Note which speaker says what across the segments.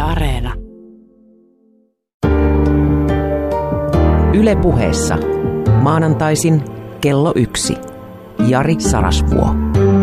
Speaker 1: Areena.
Speaker 2: Yle Puheessa. Maanantaisin kello 1. Jari Sarasvuo.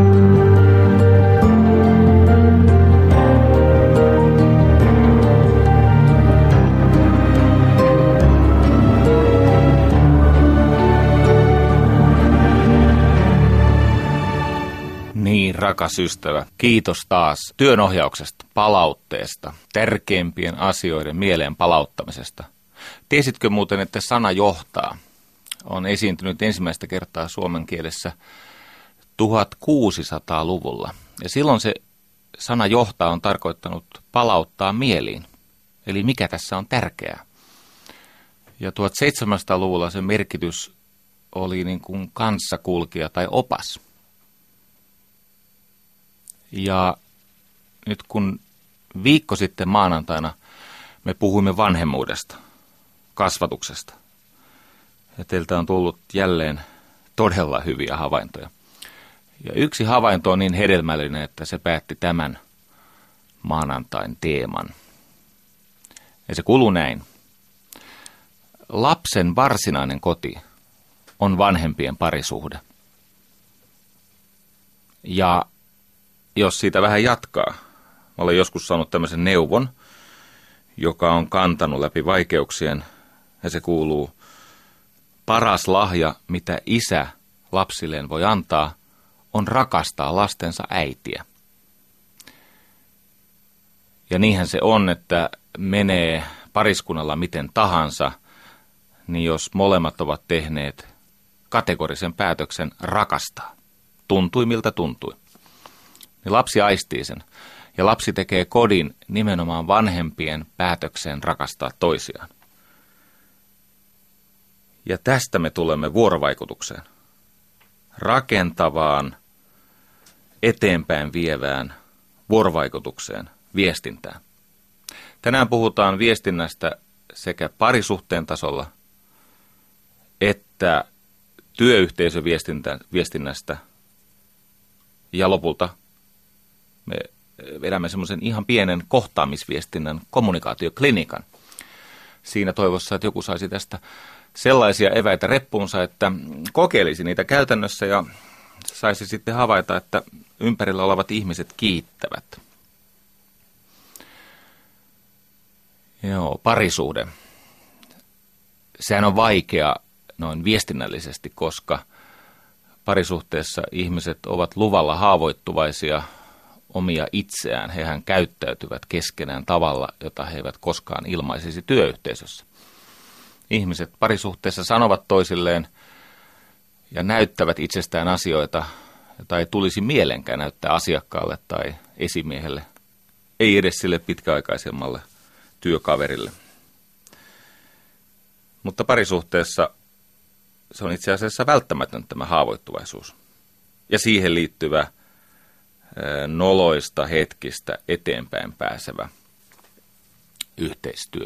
Speaker 3: Niin, rakas ystävä, kiitos taas työnohjauksesta, palautteesta, tärkeimpien asioiden mieleen palauttamisesta. Tiesitkö muuten, että sana johtaa on esiintynyt ensimmäistä kertaa suomen kielessä 1600-luvulla. Ja silloin se sana johtaa on tarkoittanut palauttaa mieliin. Eli mikä tässä on tärkeää. Ja 1700-luvulla se merkitys oli niin kuin kanssakulkija tai opas. Ja nyt kun viikko sitten maanantaina me puhuimme vanhemmuudesta, kasvatuksesta, ja teiltä on tullut jälleen todella hyviä havaintoja. Ja yksi havainto on niin hedelmällinen, että se päätti tämän maanantain teeman. Ja se kuuluu näin. Lapsen varsinainen koti on vanhempien parisuhde. Ja jos siitä vähän jatkaa, mä olen joskus saanut tämmöisen neuvon, joka on kantanut läpi vaikeuksien, ja se kuuluu: paras lahja, mitä isä lapsilleen voi antaa, on rakastaa lastensa äitiä. Ja niinhän se on, että menee pariskunnalla miten tahansa, niin jos molemmat ovat tehneet kategorisen päätöksen rakastaa, tuntui miltä tuntui, niin lapsi aistii sen. Ja lapsi tekee kodin nimenomaan vanhempien päätökseen rakastaa toisiaan. Ja tästä me tulemme vuorovaikutukseen. Rakentavaan, eteenpäin vievään vuorovaikutukseen, viestintään. Tänään puhutaan viestinnästä sekä parisuhteen tasolla että työyhteisöviestinnästä. Ja lopulta me vedämme semmoisen ihan pienen kohtaamisviestinnän kommunikaatioklinikan. Siinä toivossa, että joku saisi tästä sellaisia eväitä reppuunsa, että kokeilisi niitä käytännössä ja saisi sitten havaita, että ympärillä olevat ihmiset kiittävät. Joo, parisuhde. Sehän on vaikea noin viestinnällisesti, koska parisuhteessa ihmiset ovat luvalla haavoittuvaisia omia itseään. Hehän käyttäytyvät keskenään tavalla, jota he eivät koskaan ilmaisisi työyhteisössä. Ihmiset parisuhteessa sanovat toisilleen ja näyttävät itsestään asioita, joita ei tulisi mielenkään näyttää asiakkaalle tai esimiehelle, ei edes sille pitkäaikaisemmalle työkaverille. Mutta parisuhteessa se on itse asiassa välttämätön tämä haavoittuvaisuus ja siihen liittyvä noloista hetkistä eteenpäin pääsevä yhteistyö.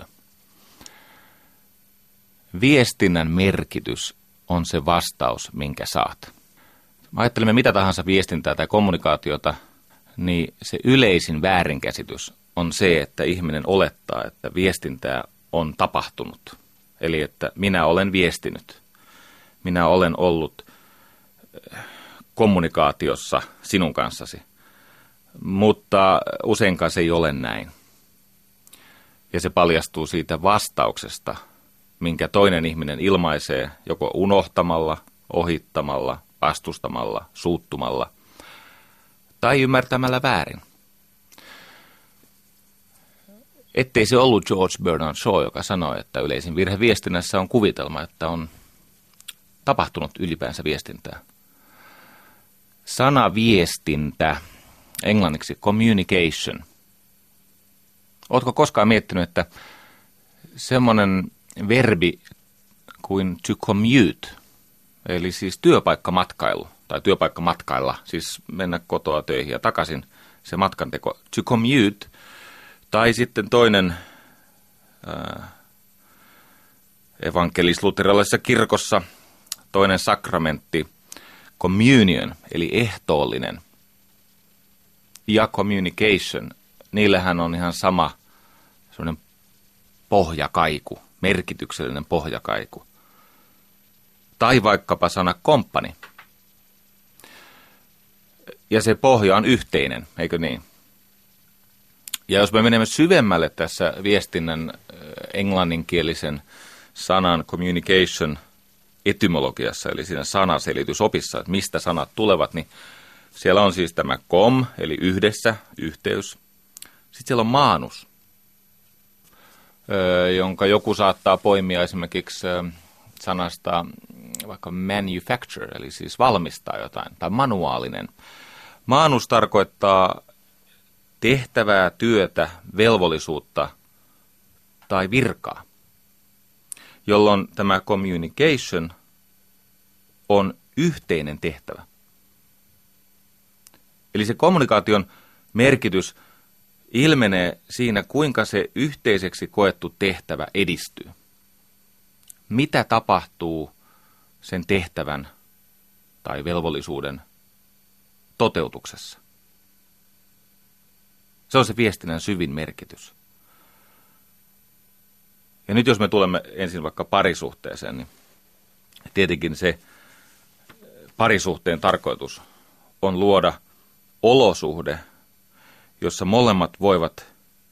Speaker 3: Viestinnän merkitys on se vastaus, minkä saat. Ajattelemme mitä tahansa viestintää tai kommunikaatiota, niin se yleisin väärinkäsitys on se, että ihminen olettaa, että viestintää on tapahtunut. Eli että minä olen viestinyt. Minä olen ollut kommunikaatiossa sinun kanssasi. Mutta useinkaan se ei ole näin. Ja se paljastuu siitä vastauksesta, minkä toinen ihminen ilmaisee joko unohtamalla, ohittamalla, vastustamalla, suuttumalla tai ymmärtämällä väärin. Ettei se ollut George Bernard Shaw, joka sanoi, että yleisin virhe viestinnässä on kuvitelma, että on tapahtunut ylipäänsä viestintää. Sana viestintä, englanniksi communication. Ootko koskaan miettinyt, että semmoinen verbi kuin to commute, eli siis työpaikkamatkailu, tai työpaikkamatkailla, siis mennä kotoa töihin ja takaisin, se matkanteko, to commute, tai sitten toinen evankelis-luterilaisessa kirkossa, toinen sakramentti, communion, eli ehtoollinen, ja communication, niillähän on ihan sama sellainen pohjakaiku, merkityksellinen pohjakaiku. Tai vaikkapa sana komppani. Ja se pohja on yhteinen, eikö niin? Ja jos me menemme syvemmälle tässä viestinnän englanninkielisen sanan communication etymologiassa, eli siinä sanaselitysopissa, että mistä sanat tulevat, niin siellä on siis tämä com, eli yhdessä, yhteys. Sitten siellä on manus, jonka joku saattaa poimia esimerkiksi sanasta vaikka manufacture, eli siis valmistaa jotain, tai manuaalinen. Manus tarkoittaa tehtävää, työtä, velvollisuutta tai virkaa, jolloin tämä communication on yhteinen tehtävä. Eli se kommunikaation merkitys ilmenee siinä, kuinka se yhteiseksi koettu tehtävä edistyy. Mitä tapahtuu sen tehtävän tai velvollisuuden toteutuksessa? Se on se viestinnän syvin merkitys. Ja nyt jos me tulemme ensin vaikka parisuhteeseen, niin tietenkin se parisuhteen tarkoitus on luoda olosuhde, jossa molemmat voivat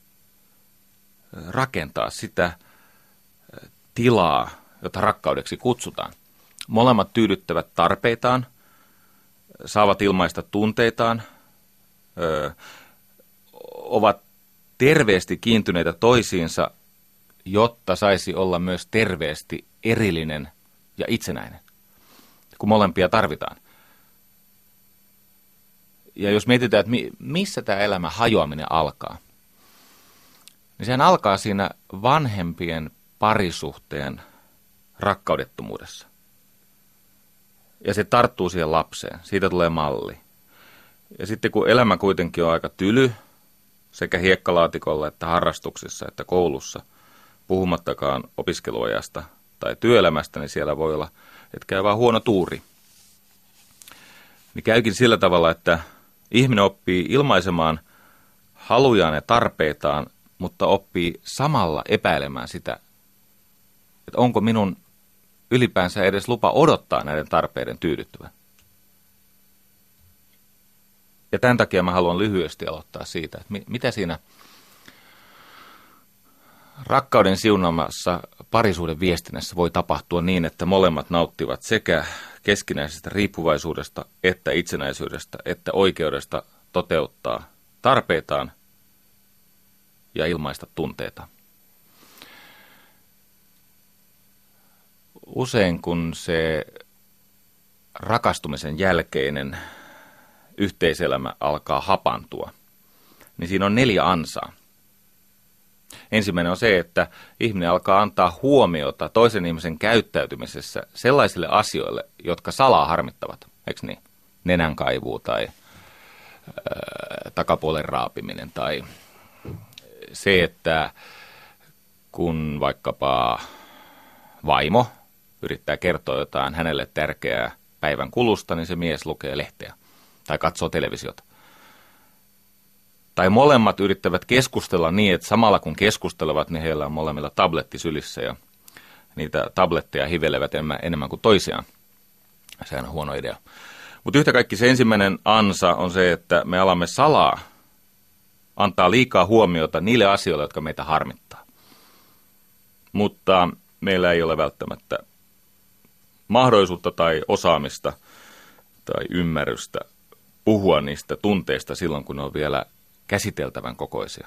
Speaker 3: rakentaa sitä tilaa, jota rakkaudeksi kutsutaan. Molemmat tyydyttävät tarpeitaan, saavat ilmaista tunteitaan, ovat terveesti kiintyneitä toisiinsa, jotta saisi olla myös terveesti erillinen ja itsenäinen, kun molempia tarvitaan. Ja jos mietitään, että missä tämä elämän hajoaminen alkaa, niin sehän alkaa siinä vanhempien parisuhteen rakkaudettomuudessa. Ja se tarttuu siihen lapseen, siitä tulee malli. Ja sitten kun elämä kuitenkin on aika tyly, sekä hiekkalaatikolla että harrastuksissa että koulussa, puhumattakaan opiskeluajasta tai työelämästä, niin siellä voi olla, että käy vaan huono tuuri. Niin käykin sillä tavalla, että ihminen oppii ilmaisemaan halujaan ja tarpeitaan, mutta oppii samalla epäilemään sitä, että onko minun ylipäänsä edes lupa odottaa näiden tarpeiden tyydyttävän. Ja tämän takia mä haluan lyhyesti aloittaa siitä, että mitä siinä rakkauden siunaamassa parisuuden viestinnässä voi tapahtua niin, että molemmat nauttivat sekä keskinäisestä riippuvaisuudesta, että itsenäisyydestä, että oikeudesta toteuttaa tarpeitaan ja ilmaista tunteita. Usein kun se rakastumisen jälkeinen yhteiselämä alkaa hapantua, niin siinä on 4 ansaa. Ensimmäinen on se, että ihminen alkaa antaa huomiota toisen ihmisen käyttäytymisessä sellaisille asioille, jotka salaa harmittavat, eikö niin? Nenänkaivuu tai takapuolen raapiminen tai se, että kun vaikkapa vaimo yrittää kertoa jotain hänelle tärkeää päivän kulusta, niin se mies lukee lehteä tai katsoo televisiota. Tai molemmat yrittävät keskustella niin, että samalla kun keskustelevat, niin heillä on molemmilla tabletti sylissä ja niitä tabletteja hivelevät enemmän kuin toisiaan. Sehän on huono idea. Mutta yhtä kaikki se ensimmäinen ansa on se, että me alamme salaa antaa liikaa huomiota niille asioille, jotka meitä harmittaa. Mutta meillä ei ole välttämättä mahdollisuutta tai osaamista tai ymmärrystä puhua niistä tunteista silloin, kun ne on vielä käsiteltävän kokoisia.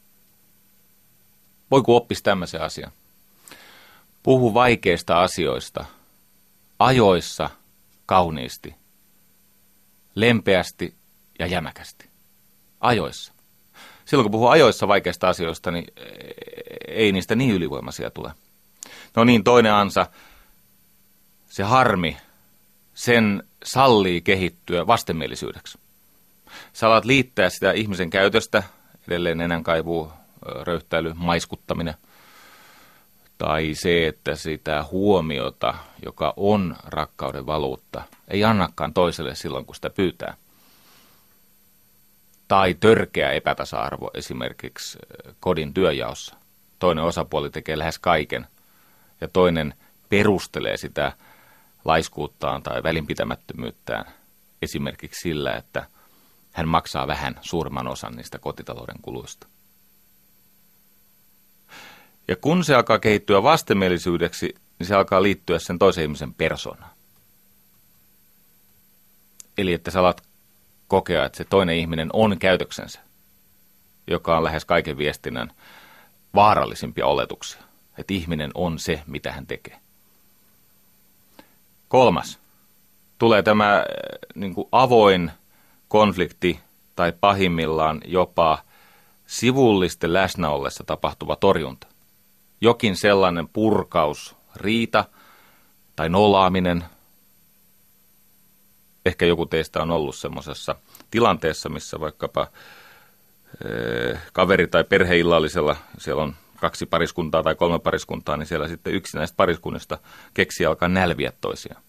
Speaker 3: Voiko oppisi tämmöisen asian? Puhu vaikeista asioista, ajoissa, kauniisti, lempeästi ja jämäkästi. Ajoissa. Silloin kun puhuu ajoissa vaikeista asioista, niin ei niistä niin ylivoimaisia tule. No niin, toinen ansa, se harmi, sen sallii kehittyä vastenmielisyydeksi. Sä alat liittää sitä ihmisen käytöstä, edelleen nenänkaivuu, röyhtäily, maiskuttaminen, tai se, että sitä huomiota, joka on rakkauden valuutta, ei annakaan toiselle silloin, kun sitä pyytää. Tai törkeä epätasa-arvo esimerkiksi kodin työnjaossa. toinen osapuoli tekee lähes kaiken ja toinen perustelee sitä laiskuuttaan tai välinpitämättömyyttään esimerkiksi sillä, että hän maksaa vähän suurimman osan niistä kotitalouden kuluista. Ja kun se alkaa kehittyä vastenmielisyydeksi, niin se alkaa liittyä sen toisen ihmisen persoonaan. Eli että sä alat kokea, että se toinen ihminen on käytöksensä, joka on lähes kaiken viestinnän vaarallisimpia oletuksia. Että ihminen on se, mitä hän tekee. 3. Tulee tämä niin kuin avoin konflikti tai pahimmillaan jopa sivullisten läsnäollessa tapahtuva torjunta. Jokin sellainen purkaus, riita tai nolaaminen. Ehkä joku teistä on ollut semmoisessa tilanteessa, missä vaikkapa kaveri- tai perheillallisella, siellä on 2 pariskuntaa tai 3 pariskuntaa, niin siellä sitten yksi näistä pariskunnista keksii alkaa nälviä toisiaan.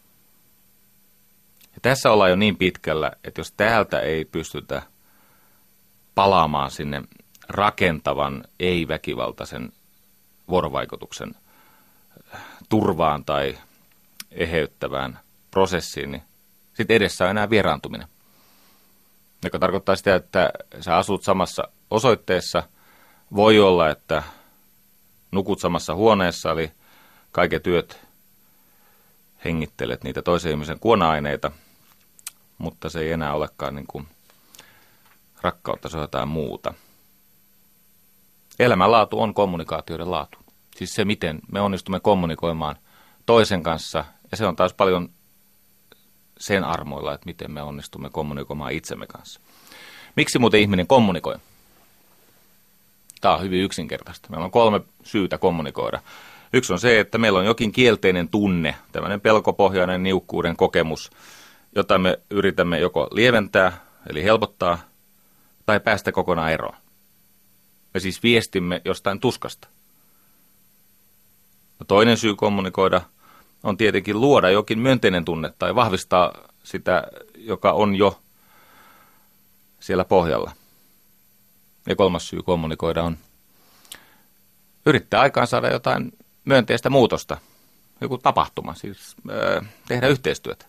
Speaker 3: Ja tässä ollaan jo niin pitkällä, että jos täältä ei pystytä palaamaan sinne rakentavan, ei-väkivaltaisen vuorovaikutuksen turvaan tai eheyttävään prosessiin, niin sitten edessä on enää vieraantuminen. Joka tarkoittaa sitä, että sä asut samassa osoitteessa, voi olla, että nukut samassa huoneessa, eli kaiket yöt hengittelet niitä toisen ihmisen kuona-aineita, mutta se ei enää olekaan niin kuin rakkautta, se on jotain muuta. Elämänlaatu on kommunikaatioiden laatu. Siis se, miten me onnistumme kommunikoimaan toisen kanssa, ja se on taas paljon sen armoilla, että miten me onnistumme kommunikoimaan itsemme kanssa. Miksi muuten ihminen kommunikoi? Tämä on hyvin yksinkertaista. Meillä on 3 syytä kommunikoida. Yksi on se, että meillä on jokin kielteinen tunne, tämmöinen pelkopohjainen niukkuuden kokemus, jota me yritämme joko lieventää, eli helpottaa, tai päästä kokonaan eroon. Me siis viestimme jostain tuskasta. No, toinen syy kommunikoida on tietenkin luoda jokin myönteinen tunne tai vahvistaa sitä, joka on jo siellä pohjalla. Ja 3. syy kommunikoida on yrittää aikaan saada jotain myönteistä muutosta, joku tapahtuma, siis tehdä yhteistyötä.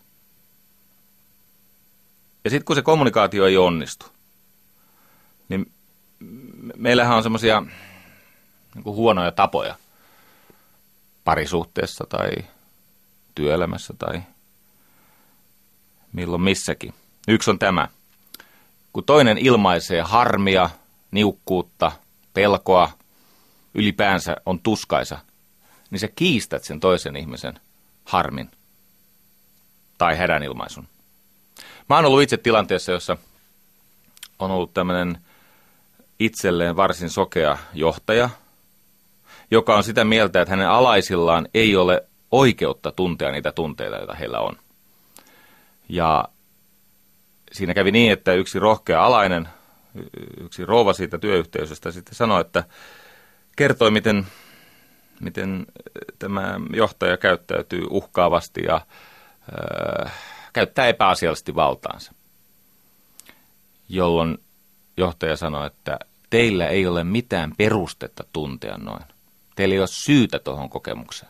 Speaker 3: Ja sitten kun se kommunikaatio ei onnistu, niin meillähän on semmoisia niin kuin huonoja tapoja parisuhteessa tai työelämässä tai milloin missäkin. Yksi on tämä. Kun toinen ilmaisee harmia, niukkuutta, pelkoa, ylipäänsä on tuskaisa, niin sä kiistät sen toisen ihmisen harmin tai hädänilmaisun. Mä oon ollut itse tilanteessa, jossa on ollut tämmöinen itselleen varsin sokea johtaja, joka on sitä mieltä, että hänen alaisillaan ei ole oikeutta tuntea niitä tunteita, joita heillä on. Ja siinä kävi niin, että yksi rohkea alainen, yksi rouva siitä työyhteisöstä sitten sanoi, että kertoi, miten tämä johtaja käyttäytyy uhkaavasti ja käyttää epäasiallisesti valtaansa. Jolloin johtaja sanoi, että teillä ei ole mitään perustetta tuntea noin. Teillä ei ole syytä tuohon kokemukseen.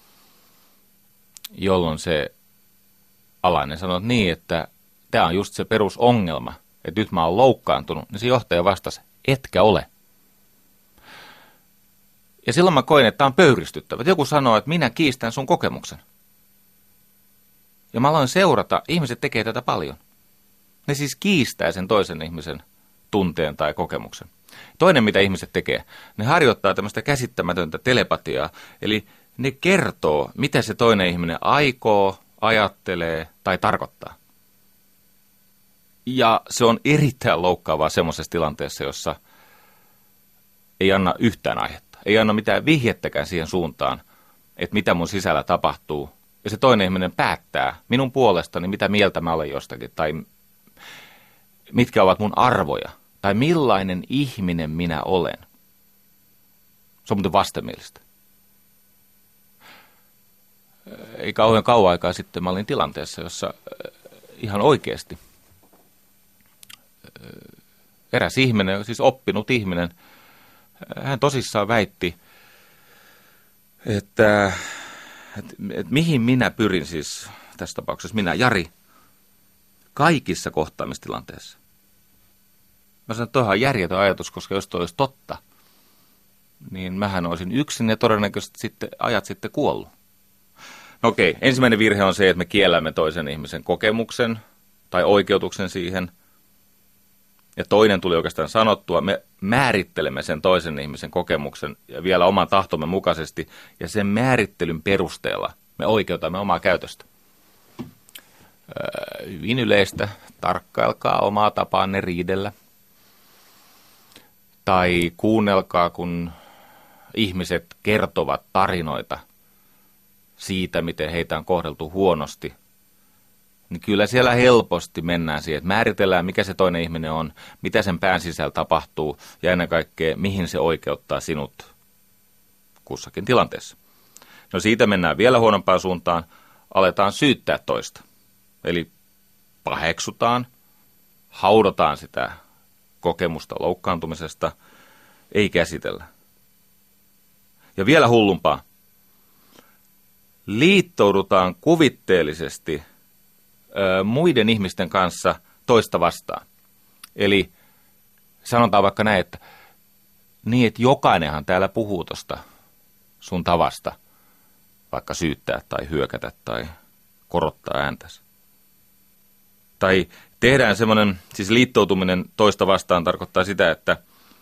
Speaker 3: Jolloin se alainen sanoi niin, että tämä on just se perusongelma, että nyt mä oon loukkaantunut, niin se johtaja vastasi, etkä ole. Ja silloin mä koin, että tämä on pöyristyttävä. Joku sanoo, että minä kiistän sun kokemuksen. Ja mä aloin seurata, ihmiset tekee tätä paljon. Ne siis kiistää sen toisen ihmisen tunteen tai kokemuksen. Toinen, mitä ihmiset tekee, ne harjoittaa tämmöistä käsittämätöntä telepatiaa, eli ne kertoo, mitä se toinen ihminen aikoo, ajattelee tai tarkoittaa. Ja se on erittäin loukkaavaa semmoisessa tilanteessa, jossa ei anna yhtään aihetta, ei anna mitään vihjettäkään siihen suuntaan, että mitä mun sisällä tapahtuu. Ja se toinen ihminen päättää minun puolestani, mitä mieltä mä olen jostakin, tai mitkä ovat mun arvoja, tai millainen ihminen minä olen. Se on muuten vastenmielistä. Ei kauhean kauan aikaa sitten mä olin tilanteessa, jossa ihan oikeasti eräs ihminen, siis oppinut ihminen, hän tosissaan väitti, että mihin minä pyrin siis tässä tapauksessa, minä Jari, kaikissa kohtaamistilanteissa. Mä sanoin, että toihan on järjetön ajatus, koska jos toi olisi totta, niin mähän olisin yksin ja todennäköisesti ajat sitten kuollut. No okei, ensimmäinen virhe on se, että me kiellämme toisen ihmisen kokemuksen tai oikeutuksen siihen. Ja toinen tuli oikeastaan sanottua, me määrittelemme sen toisen ihmisen kokemuksen ja vielä oman tahtomme mukaisesti, ja sen määrittelyn perusteella me oikeutamme omaa käytöstä. Hyvin yleistä, tarkkailkaa omaa tapaanne riidellä. Tai kuunnelkaa, kun ihmiset kertovat tarinoita siitä, miten heitä on kohdeltu huonosti. Niin kyllä siellä helposti mennään siihen, että määritellään, mikä se toinen ihminen on, mitä sen pään sisällä tapahtuu ja ennen kaikkea, mihin se oikeuttaa sinut kussakin tilanteessa. No siitä mennään vielä huonompaan suuntaan, aletaan syyttää toista. Eli paheksutaan, haudotaan sitä kokemusta loukkaantumisesta, ei käsitellä. Ja vielä hullumpaa, liittoudutaan kuvitteellisesti muiden ihmisten kanssa toista vastaan. Eli sanotaan vaikka näin, että jokainenhan täällä puhuu tuosta sun tavasta, vaikka syyttää tai hyökätä tai korottaa ääntäsi. Tai tehdään semmoinen, siis liittoutuminen toista vastaan tarkoittaa sitä, että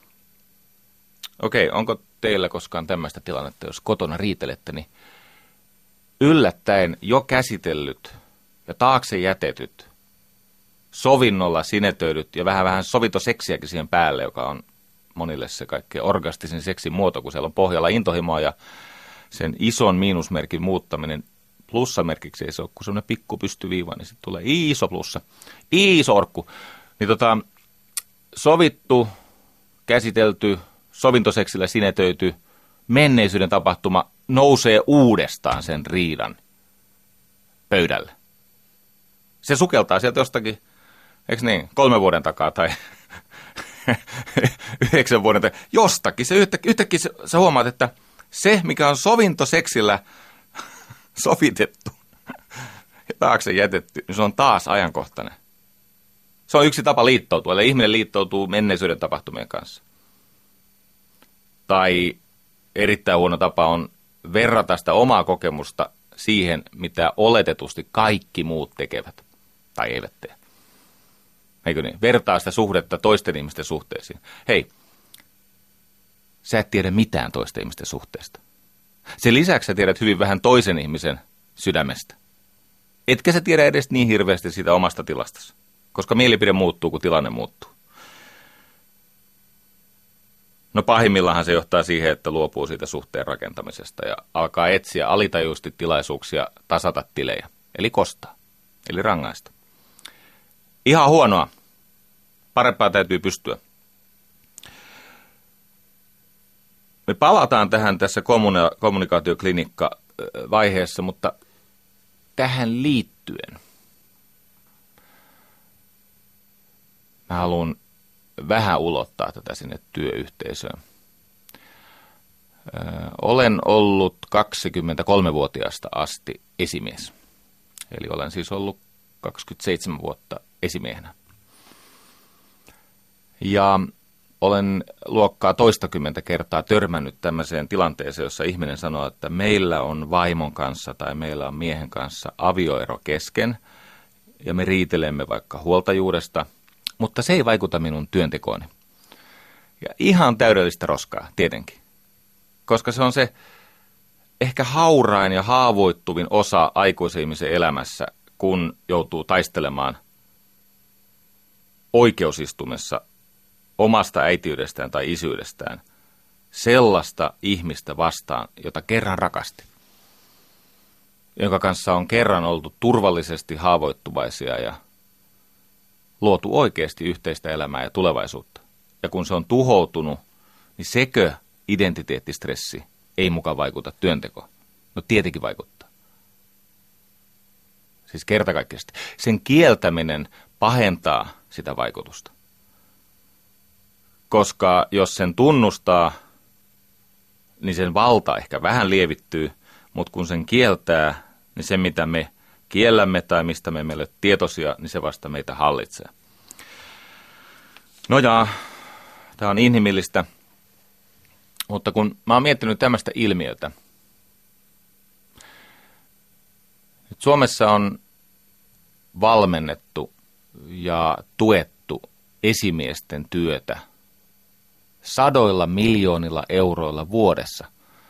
Speaker 3: okei, onko teillä koskaan tämmöistä tilannetta, jos kotona riitelette, niin yllättäen jo käsitellyt ja taakse jätetyt, sovinnolla sinetöidyt ja vähän sovintoseksiäkin siihen päälle, joka on monille se kaikkein orgastisin seksin muoto, kun siellä on pohjalla intohimoa ja sen ison miinusmerkin muuttaminen plussamerkiksi ei se ole kuin semmoinen pikku pystyviiva, niin sitten tulee iso plussa, iso orkku. Niin sovittu, käsitelty, sovintoseksillä sinetöity, menneisyyden tapahtuma nousee uudestaan sen riidan pöydälle. Se sukeltaa sieltä jostakin, eikö niin, 3 vuoden takaa tai 9 vuoden takaa, jostakin. Se yhtäkkiä sä huomaat, että se, mikä on sovintoseksillä sovitettu ja taakse jätetty, niin se on taas ajankohtainen. Se on yksi tapa liittoutua, eli ihminen liittoutuu menneisyyden tapahtumien kanssa. Tai erittäin huono tapa on verrata sitä omaa kokemusta siihen, mitä oletetusti kaikki muut tekevät tai eivät tee. Eikö niin? Vertaa sitä suhdetta toisten ihmisten suhteisiin. Hei, sä et tiedä mitään toisten ihmisten suhteesta. Sen lisäksi sä tiedät hyvin vähän toisen ihmisen sydämestä. Etkä sä tiedä edes niin hirveästi siitä omasta tilastasi, koska mielipide muuttuu, kun tilanne muuttuu. No pahimmillaan se johtaa siihen, että luopuu siitä suhteen rakentamisesta ja alkaa etsiä alitajuisesti tilaisuuksia tasata tilejä, eli kostaa, eli rangaista. Ihan huonoa. Parempaa täytyy pystyä. Me palataan tähän tässä kommunikaatioklinikka-vaiheessa, mutta tähän liittyen mä haluan vähän ulottaa tätä sinne työyhteisöön. Olen ollut 23-vuotiaasta asti esimies. Eli olen siis ollut 27 vuotta esimiehenä. Ja olen luokkaa toistakymmentä kertaa törmännyt tämmöiseen tilanteeseen, jossa ihminen sanoo, että meillä on vaimon kanssa tai meillä on miehen kanssa avioero kesken ja me riitelemme vaikka huoltajuudesta, mutta se ei vaikuta minun työntekooni. Ja ihan täydellistä roskaa, tietenkin. Koska se on se ehkä haurain ja haavoittuvin osa aikuisen ihmisen elämässä, kun joutuu taistelemaan oikeusistumessa omasta äitiydestään tai isyydestään sellaista ihmistä vastaan, jota kerran rakasti. Jonka kanssa on kerran oltu turvallisesti haavoittuvaisia ja luotu oikeasti yhteistä elämää ja tulevaisuutta. Ja kun se on tuhoutunut, niin sekö identiteettistressi ei mukaan vaikuta työntekoon? No tietenkin vaikuttaa. Siis kertakaikkisesti. Sen kieltäminen pahentaa sitä vaikutusta. Koska jos sen tunnustaa niin sen valta ehkä vähän lievittyy, mutta kun sen kieltää, niin se mitä me kiellämme tai mistä me emme ole tietoisia, niin se vasta meitä hallitsee. No jaa, tämä on inhimillistä, mutta kun mä oon miettinyt tämmöistä ilmiötä, että Suomessa on valmennettu ja tuettu esimiesten työtä sadoilla miljoonilla euroilla vuodessa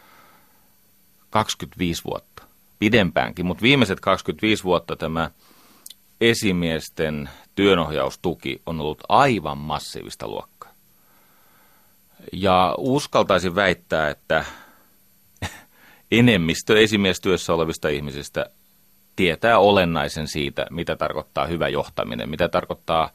Speaker 3: 25 vuotta, pidempäänkin, mutta viimeiset 25 vuotta tämä esimiesten työnohjaustuki on ollut aivan massiivista luokkaa. Ja uskaltaisin väittää, että enemmistö esimiestyössä olevista ihmisistä tietää olennaisen siitä, mitä tarkoittaa hyvä johtaminen, mitä tarkoittaa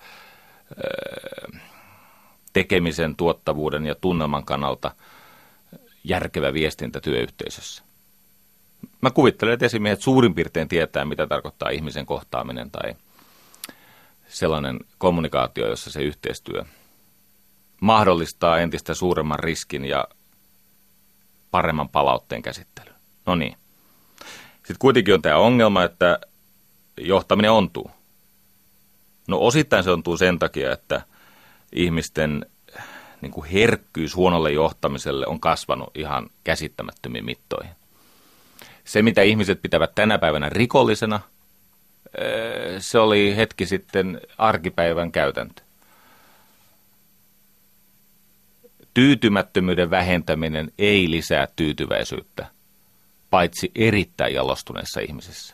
Speaker 3: tekemisen, tuottavuuden ja tunnelman kannalta järkevä viestintä työyhteisössä. Mä kuvittelen, että esimiehet suurin piirtein tietää, mitä tarkoittaa ihmisen kohtaaminen tai sellainen kommunikaatio, jossa se yhteistyö mahdollistaa entistä suuremman riskin ja paremman palautteen käsittelyn. No niin. Sitten kuitenkin on tämä ongelma, että johtaminen ontuu. No osittain se ontuu sen takia, että ihmisten niin kuin herkkyys huonolle johtamiselle on kasvanut ihan käsittämättömiin mittoihin. Se, mitä ihmiset pitävät tänä päivänä rikollisena, se oli hetki sitten arkipäivän käytäntö. Tyytymättömyyden vähentäminen ei lisää tyytyväisyyttä, paitsi erittäin jalostuneissa ihmisissä.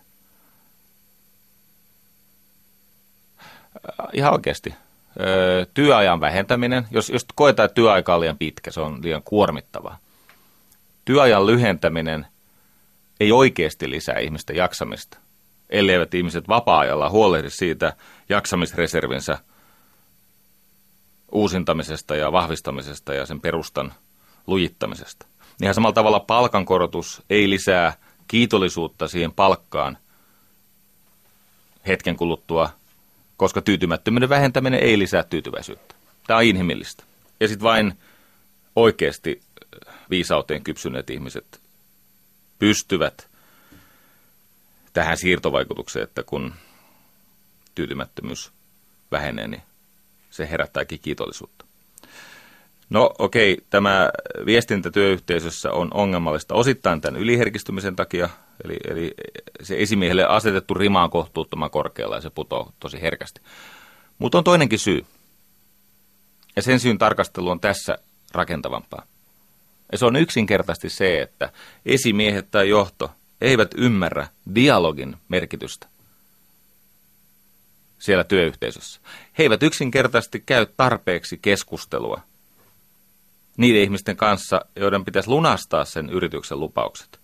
Speaker 3: Ihan oikeasti. Työajan vähentäminen, jos koetaan, että työaika on liian pitkä, se on liian kuormittavaa. Työajan lyhentäminen ei oikeasti lisää ihmisten jaksamista, elleivät ihmiset vapaa-ajalla huolehdi siitä jaksamisreservinsä uusintamisesta ja vahvistamisesta ja sen perustan lujittamisesta. Ihan samalla tavalla palkankorotus ei lisää kiitollisuutta siihen palkkaan hetken kuluttua, koska tyytymättömyyden vähentäminen ei lisää tyytyväisyyttä. Tämä on inhimillistä. Ja sitten vain oikeasti viisauteen kypsyneet ihmiset pystyvät tähän siirtovaikutukseen, että kun tyytymättömyys vähenee, niin se herättääkin kiitollisuutta. No okei, tämä viestintä työyhteisössä on ongelmallista osittain tämän yliherkistymisen takia, eli se esimiehelle asetettu rima on kohtuuttoman korkealla ja se putoaa tosi herkästi. Mutta on toinenkin syy, ja sen syyn tarkastelu on tässä rakentavampaa. Ja se on yksinkertaisesti se, että esimiehet tai johto eivät ymmärrä dialogin merkitystä siellä työyhteisössä. He eivät yksinkertaisesti käy tarpeeksi keskustelua niiden ihmisten kanssa, joiden pitäisi lunastaa sen yrityksen lupaukset.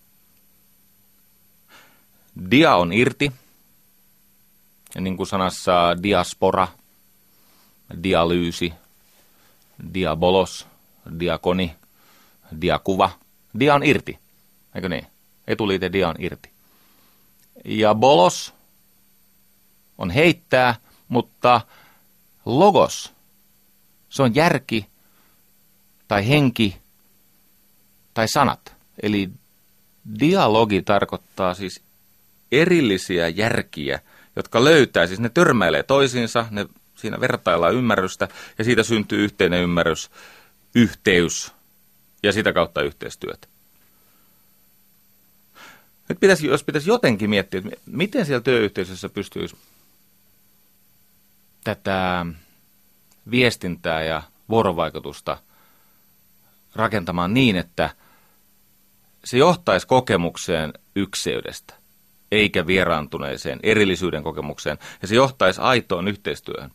Speaker 3: Dia on irti, ja niin kuin sanassa diaspora, dialyysi, diabolos, diakoni, diakuva, dia on irti, eikö niin? Etuliite dia on irti. Ja bolos on heittää, mutta logos, se on järki tai henki tai sanat. Eli dialogi tarkoittaa siis erillisiä järkiä, jotka löytää, siis ne törmäilee toisiinsa, ne siinä vertaillaan ymmärrystä ja siitä syntyy yhteinen ymmärrys, yhteys ja sitä kautta yhteistyötä. Nyt jos pitäisi jotenkin miettiä, että miten siellä työyhteisössä pystyisi tätä viestintää ja vuorovaikutusta rakentamaan niin, että se johtaisi kokemukseen ykseydestä, eikä vieraantuneeseen erillisyyden kokemukseen, ja se johtaisi aitoon yhteistyöhön.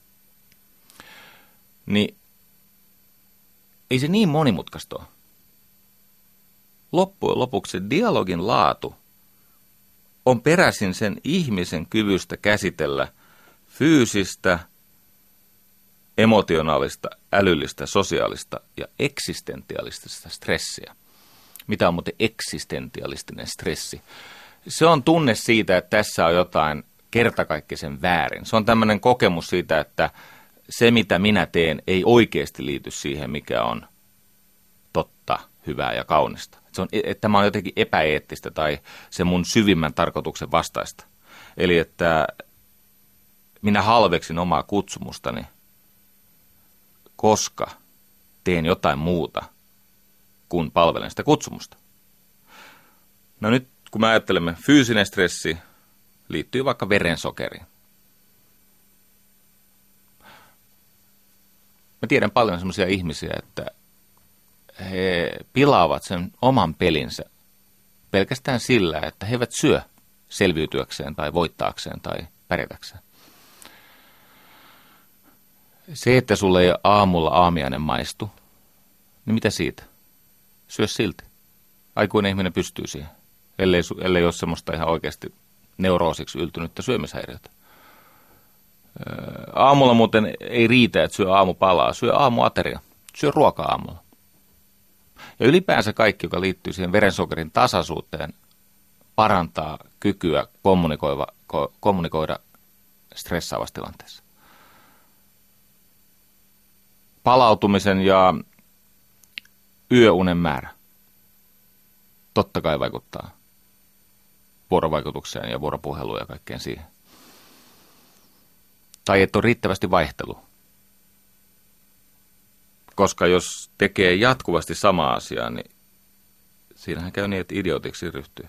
Speaker 3: Niin ei se niin monimutkaista ole. Loppujen lopuksi dialogin laatu on peräisin sen ihmisen kyvystä käsitellä fyysistä, emotionaalista, älyllistä, sosiaalista ja eksistentialistista stressiä. Mitä on muuten eksistentialistinen stressi? Se on tunne siitä, että tässä on jotain kertakaikkisen väärin. Se on tämmöinen kokemus siitä, että se mitä minä teen ei oikeasti liity siihen, mikä on totta, hyvää ja kaunista. Että tämä on jotenkin epäeettistä tai se mun syvimmän tarkoituksen vastaista. Eli että minä halveksin omaa kutsumustani, koska teen jotain muuta kuin palvelen sitä kutsumusta. No nyt kun me ajattelemme, fyysinen stressi liittyy vaikka verensokeriin. Mä tiedän paljon sellaisia ihmisiä, että he pilaavat sen oman pelinsä pelkästään sillä, että he eivät syö selviytyäkseen tai voittaakseen tai pärjätäkseen. Se, että sulle ei aamulla aamiainen maistu, niin mitä siitä? Syö silti. Aikuinen ihminen pystyy siihen, ellei ole semmoista ihan oikeasti neuroosiksi yltynyttä syömishäiriötä. Aamulla muuten ei riitä, että syö aamupalaa, syö aamuateria, syö ruokaa aamulla. Ja ylipäänsä kaikki, joka liittyy siihen verensokerin tasaisuuteen, parantaa kykyä kommunikoida stressaavassa tilanteessa. Palautumisen ja yöunen määrä totta kai vaikuttaa vuorovaikutukseen ja vuoropuheluun ja kaikkeen siihen. Tai että on riittävästi vaihtelua. Koska jos tekee jatkuvasti samaa asiaa, niin siinähän käy niin, että idiotiksi ryhtyy.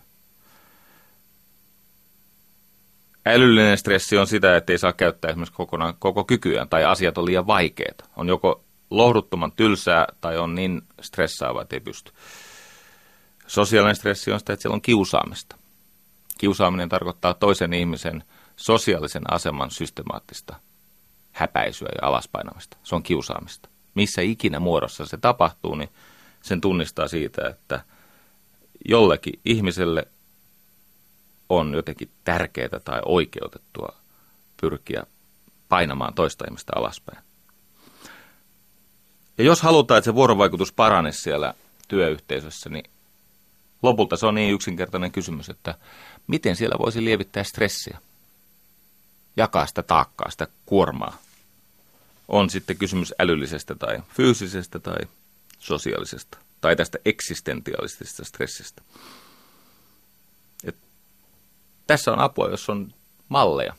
Speaker 3: Älyllinen stressi on sitä, että ei saa käyttää esimerkiksi kokonaan koko kykyään tai asiat on liian vaikeita. On joko lohduttoman tylsää tai on niin stressaava, että ei pysty. Sosiaalinen stressi on sitä, että siellä on kiusaamista. Kiusaaminen tarkoittaa toisen ihmisen sosiaalisen aseman systemaattista häpäisyä ja alaspainamista. Se on kiusaamista. Missä ikinä muodossa se tapahtuu, niin sen tunnistaa siitä, että jollekin ihmiselle on jotenkin tärkeää tai oikeutettua pyrkiä painamaan toista ihmistä alaspäin. Ja jos halutaan, että se vuorovaikutus paranisi siellä työyhteisössä, niin lopulta se on niin yksinkertainen kysymys, että miten siellä voisi lievittää stressiä, jakaa sitä taakkaa, sitä kuormaa. On sitten kysymys älyllisestä tai fyysisestä tai sosiaalisesta tai tästä eksistentiaalisesta stressistä. Et tässä on apua, jos on malleja.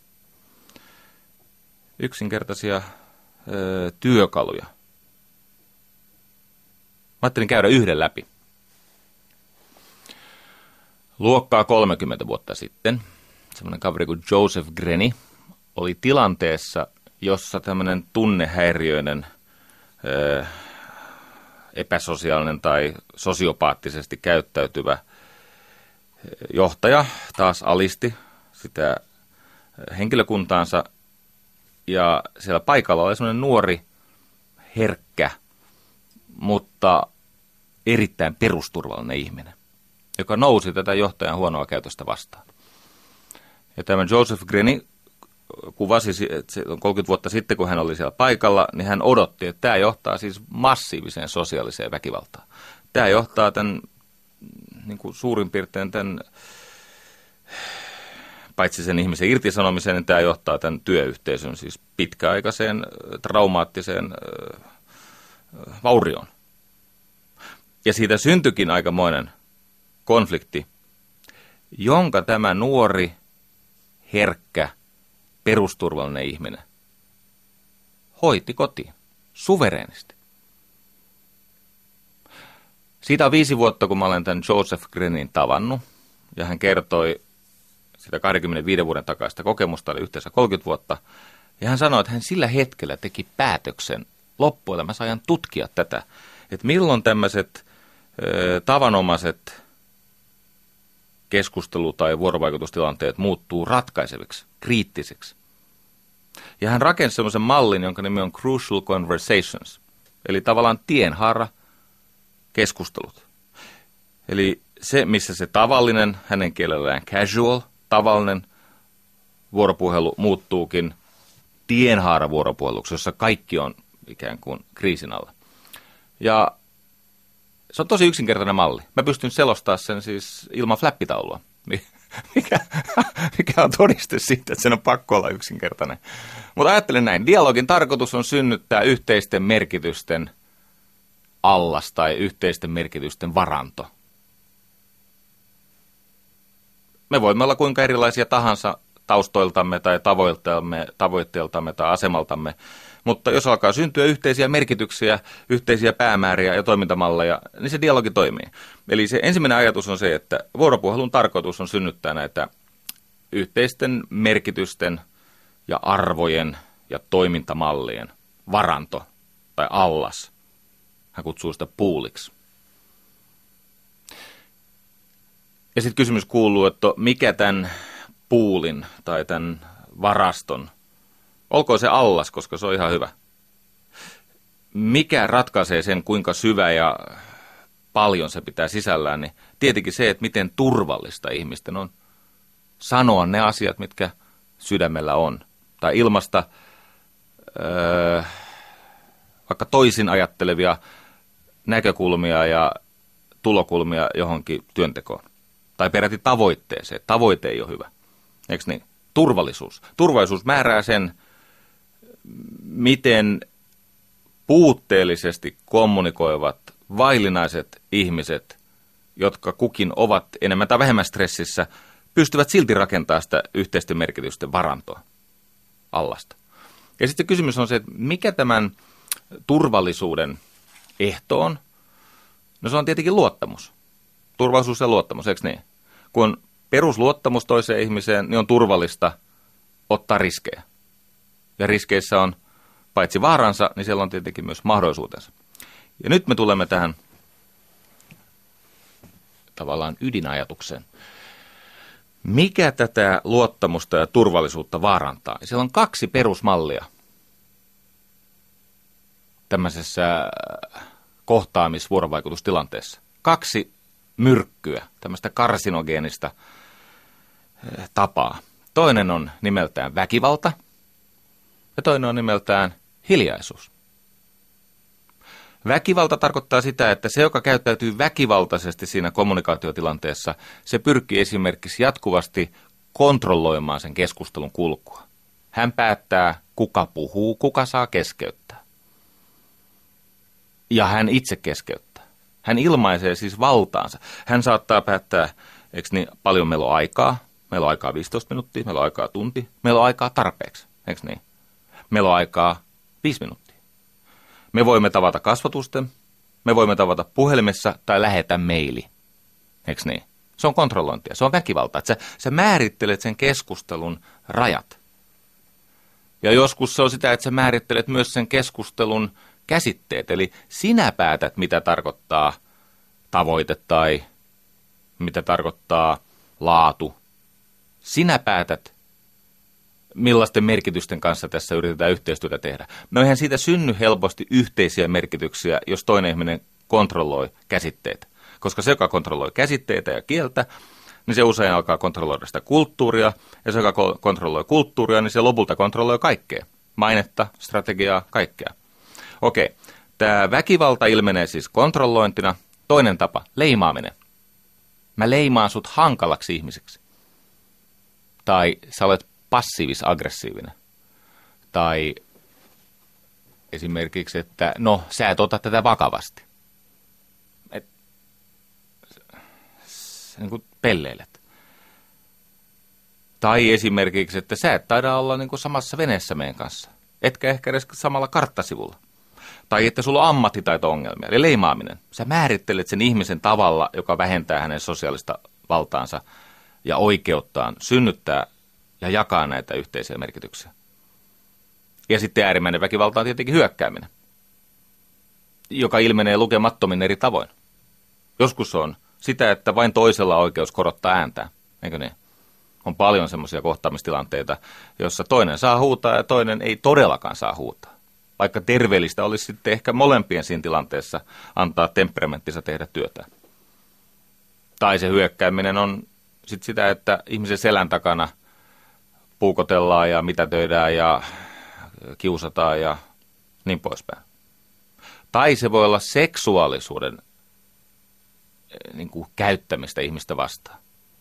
Speaker 3: Yksinkertaisia työkaluja. Mä ajattelin käydä yhden läpi. Luokkaa 30 vuotta sitten semmoinen kaveri kuin Joseph Greny oli tilanteessa, jossa tämmöinen tunnehäiriöinen, epäsosiaalinen tai sosiopaattisesti käyttäytyvä johtaja taas alisti sitä henkilökuntaansa. Ja siellä paikalla oli semmoinen nuori, herkkä, mutta erittäin perusturvallinen ihminen, joka nousi tätä johtajan huonoa käytöstä vastaan. Ja tämä Joseph Greny kuvasi, että 30 vuotta sitten, kun hän oli siellä paikalla, niin hän odotti, että tämä johtaa siis massiiviseen sosiaaliseen väkivaltaan. Tämä johtaa tämän, niin kuin suurin piirtein tämän, paitsi sen ihmisen irtisanomiseen, niin tämä johtaa tämän työyhteisön siis pitkäaikaiseen traumaattiseen vaurioon. Ja siitä syntyikin aikamoinen konflikti, jonka tämä nuori, herkkä, perusturvallinen ihminen hoiti kotiin suvereenisti. Siitä on 5 vuotta, kun mä olen tämän Joseph Grenyn tavannut, ja hän kertoi sitä 25 vuoden takaista kokemusta, oli yhteensä 30 vuotta, ja hän sanoi, että hän sillä hetkellä teki päätöksen loppuelämänsä ajan tutkia tätä, että milloin tämmöiset tavanomaiset keskustelu- tai vuorovaikutustilanteet muuttuu ratkaiseviksi, kriittisiksi. Ja hän rakensi semmoisen mallin, jonka nimi on Crucial Conversations, eli tavallaan tienhaara keskustelut. Eli se, missä se tavallinen, hänen kielellään casual, tavallinen vuoropuhelu muuttuukin tienhaara vuoropuheluksi, jossa kaikki on ikään kuin kriisin alla. Ja se on tosi yksinkertainen malli. Mä pystyn selostamaan sen siis ilman flappitaulua, mikä on todiste siitä, että sen on pakko olla yksinkertainen. Mutta ajattelen näin. Dialogin tarkoitus on synnyttää yhteisten merkitysten allas tai yhteisten merkitysten varanto. Me voimme olla kuinka erilaisia tahansa taustoiltamme tai tavoitteiltamme tai asemaltamme, mutta jos alkaa syntyä yhteisiä merkityksiä, yhteisiä päämääriä ja toimintamalleja, niin se dialogi toimii. Eli se ensimmäinen ajatus on se, että vuoropuhelun tarkoitus on synnyttää näitä yhteisten merkitysten ja arvojen ja toimintamallien varanto tai allas. Hän kutsuu sitä pooliksi. Ja sitten kysymys kuuluu, että mikä tämän poolin tai tämän varaston, olkoon se allas, koska se on ihan hyvä. Mikä ratkaisee sen, kuinka syvä ja paljon se pitää sisällään, niin tietenkin se, että miten turvallista ihmisten on sanoa ne asiat, mitkä sydämellä on. Tai ilmasta vaikka toisin ajattelevia näkökulmia ja tulokulmia johonkin työntekoon. Tai peräti tavoitteeseen. Tavoite ei ole hyvä. Eikö niin? Turvallisuus. Turvallisuus määrää sen, miten puutteellisesti kommunikoivat vaillinaiset ihmiset, jotka kukin ovat enemmän tai vähemmän stressissä, pystyvät silti rakentamaan sitä yhteisten merkitysten varantoa allasta. Ja sitten kysymys on se, että mikä tämän turvallisuuden ehto on? No se on tietenkin luottamus. Turvallisuus ja luottamus, eikö niin? Kun on perusluottamus toiseen ihmiseen, niin on turvallista ottaa riskejä. Ja riskeissä on paitsi vaaransa, niin siellä on tietenkin myös mahdollisuutensa. Ja nyt me tulemme tähän tavallaan ydinajatukseen. Mikä tätä luottamusta ja turvallisuutta vaarantaa? Ja siellä on kaksi perusmallia tämmöisessä kohtaamisvuorovaikutustilanteessa. Kaksi myrkkyä, tämmöistä karsinogeenista tapaa. Toinen on nimeltään väkivalta ja toinen on nimeltään hiljaisuus. Väkivalta tarkoittaa sitä, että se, joka käyttäytyy väkivaltaisesti siinä kommunikaatiotilanteessa, se pyrkii esimerkiksi jatkuvasti kontrolloimaan sen keskustelun kulkua. Hän päättää, kuka puhuu, kuka saa keskeyttää. Ja hän itse keskeyttää. Hän ilmaisee siis valtaansa. Hän saattaa päättää, eikö niin, paljon meillä on aikaa. Meillä on aikaa 15 minuuttia, meillä on aikaa tunti, meillä on aikaa tarpeeksi, eikö niin? Meillä on aikaa 5 minuuttia. Me voimme tavata kasvatusten, me voimme tavata puhelimessa tai lähetä maili, eikö niin? Se on kontrollointia, se on väkivaltaa, että sä määrittelet sen keskustelun rajat. Ja joskus se on sitä, että sä määrittelet myös sen keskustelun käsitteet, eli sinä päätät, mitä tarkoittaa tavoite tai mitä tarkoittaa laatu. Sinä päätät, millaisten merkitysten kanssa tässä yritetään yhteistyötä tehdä. No eihän siitä synny helposti yhteisiä merkityksiä, jos toinen ihminen kontrolloi käsitteitä. Koska se, joka kontrolloi käsitteitä ja kieltä, niin se usein alkaa kontrolloida sitä kulttuuria. Ja se, joka kontrolloi kulttuuria, niin se lopulta kontrolloi kaikkea. Mainetta, strategiaa, kaikkea. Okei, tämä väkivalta ilmenee siis kontrollointina. Toinen tapa, leimaaminen. Mä leimaan sut hankalaksi ihmiseksi. Tai sä olet passiivis-aggressiivinen. Tai esimerkiksi, että no, sä et ota tätä vakavasti. Niin kuin pelleilet. Tai esimerkiksi, että sä et taida olla niin kuin samassa veneessä meidän kanssa. Etkä ehkä edes samalla karttasivulla. Tai että sulla on ammattitaito-ongelmia, eli leimaaminen. Sä määrittelet sen ihmisen tavalla, joka vähentää hänen sosiaalista valtaansa ja oikeuttaan synnyttää ja jakaa näitä yhteisiä merkityksiä. Ja sitten äärimmäinen väkivalta on tietenkin hyökkääminen, joka ilmenee lukemattomin eri tavoin. Joskus on sitä, että vain toisella on oikeus korottaa ääntään, eikö niin? On paljon semmoisia kohtaamistilanteita, joissa toinen saa huutaa ja toinen ei todellakaan saa huutaa. Vaikka terveellistä olisi sitten ehkä molempien siinä tilanteessa antaa temperamenttinsa tehdä työtä. Tai se hyökkääminen on sitten sitä, että ihmisen selän takana puukotellaan ja mitätöidään ja kiusataan ja niin poispäin. Tai se voi olla seksuaalisuuden niin kuin käyttämistä ihmistä vastaan.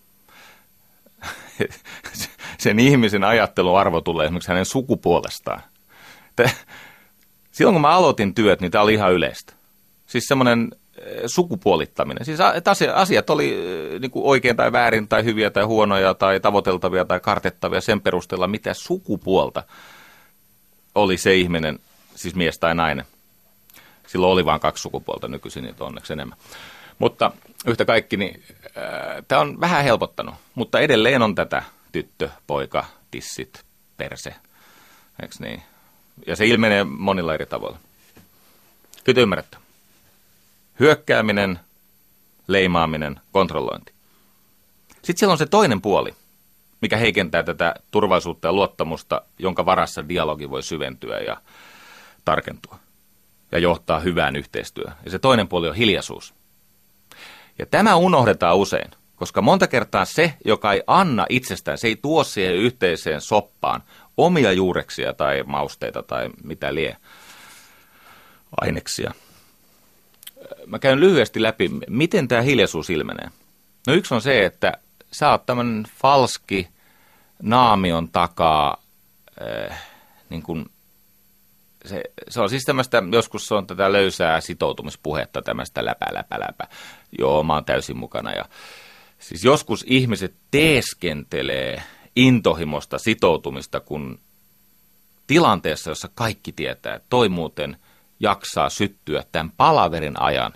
Speaker 3: Sen ihmisen ajatteluarvo tulee esimerkiksi hänen sukupuolestaan. Silloin kun mä aloitin työt, niin tämä oli ihan yleistä. Siis semmoinen sukupuolittaminen. Siis että asiat oli niin kuin oikein tai väärin tai hyviä tai huonoja tai tavoiteltavia tai kartettavia sen perusteella, mitä sukupuolta oli se ihminen, siis mies tai nainen. Silloin oli vain 2 sukupuolta, nykyisin niitä onneksi enemmän. Mutta yhtä kaikki, niin tämä on vähän helpottanut, mutta edelleen on tätä tyttö, poika, tissit, perse, eikö niin? Ja se ilmenee monilla eri tavoilla. Kyllä ymmärrätte. Hyökkääminen, leimaaminen, kontrollointi. Sitten siellä on se toinen puoli, mikä heikentää tätä turvallisuutta ja luottamusta, jonka varassa dialogi voi syventyä ja tarkentua ja johtaa hyvään yhteistyöhön. Ja se toinen puoli on hiljaisuus. Ja tämä unohdetaan usein, koska monta kertaa se, joka ei anna itsestään, se ei tuo siihen yhteiseen soppaan omia juureksia tai mausteita tai mitä lie, aineksia. Mä käyn lyhyesti läpi, miten tämä hiljaisuus ilmenee. No yksi on se, että sä oot tämmöinen falski naamion takaa, niin kuin se on siis tämmöistä, joskus se on tätä löysää sitoutumispuhetta, tämmöistä läpä. Joo, mä oon täysin mukana. Ja siis joskus ihmiset teeskentelee intohimosta sitoutumista, kun tilanteessa, jossa kaikki tietää, että toi muuten jaksaa syttyä tämän palaverin ajan.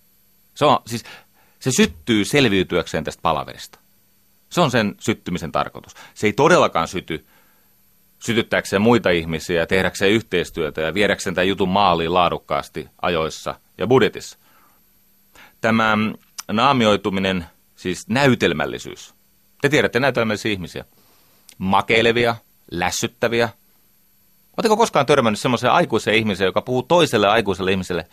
Speaker 3: Se syttyy selviytyäkseen tästä palaverista. Se on sen syttymisen tarkoitus. Se ei todellakaan sytyttääkseen muita ihmisiä ja tehdäkseen yhteistyötä ja viedäkseen tämän jutun maaliin laadukkaasti ajoissa ja budjetissa. Tämä naamioituminen, siis näytelmällisyys. Te tiedätte näytelmällisiä ihmisiä. Makeilevia, lässyttäviä. Oletteko koskaan törmännyt semmoiseen aikuiseen ihmiseen, joka puhuu toiselle aikuiselle ihmiselle?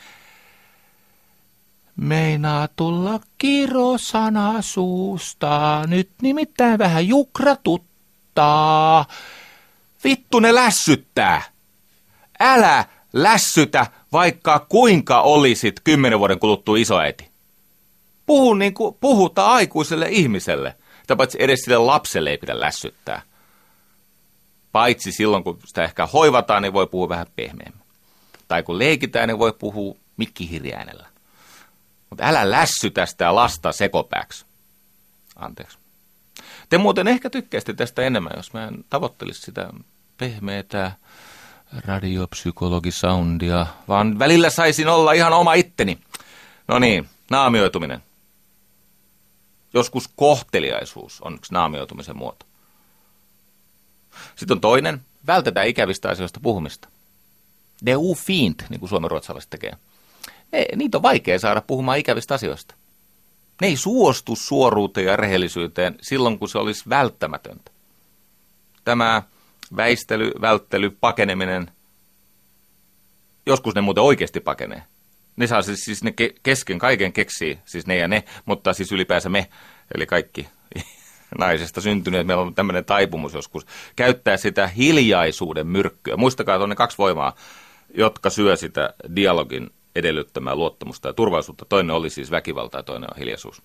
Speaker 3: Meinaa tulla kirosana suusta, nyt nimittäin vähän jukratuttaa. Vittu ne lässyttää. Älä lässytä, vaikka kuinka olisit 10 vuoden kuluttua isoäiti. Puhu niin kuin puhutaan aikuiselle ihmiselle. Sitä paitsi edes sille lapselle ei pidä lässyttää. Paitsi silloin, kun sitä ehkä hoivataan, niin voi puhua vähän pehmeämmin. Tai kun leikitään, niin voi puhua mikkihirjäänellä. Mutta älä lässytä sitä lasta sekopääksi. Anteeksi. Te muuten ehkä tykkäisitte tästä enemmän, jos mä en tavoittelisi sitä pehmeätä radiopsykologisoundia, vaan välillä saisin olla ihan oma itteni. No niin, naamioituminen. Joskus kohteliaisuus on yksi naamioitumisen muoto. Sitten on toinen, vältetään ikävistä asioista puhumista. Det är ofint, niin kuin suomenruotsalaiset tekee. Niitä on vaikea saada puhumaan ikävistä asioista. Ne ei suostu suoruuteen ja rehellisyyteen silloin, kun se olisi välttämätöntä. Tämä väistely, välttely, pakeneminen, joskus ne muuten oikeasti pakenee. Ne saa siis ne kesken kaiken keksii, siis ne ja ne, mutta siis ylipäänsä me, eli kaikki naisesta syntyneet. Meillä on tämmöinen taipumus joskus käyttää sitä hiljaisuuden myrkkyä. Muistakaa, että on ne 2 voimaa, jotka syö sitä dialogin edellyttämää luottamusta ja turvallisuutta. Toinen oli siis väkivalta ja toinen on hiljaisuus.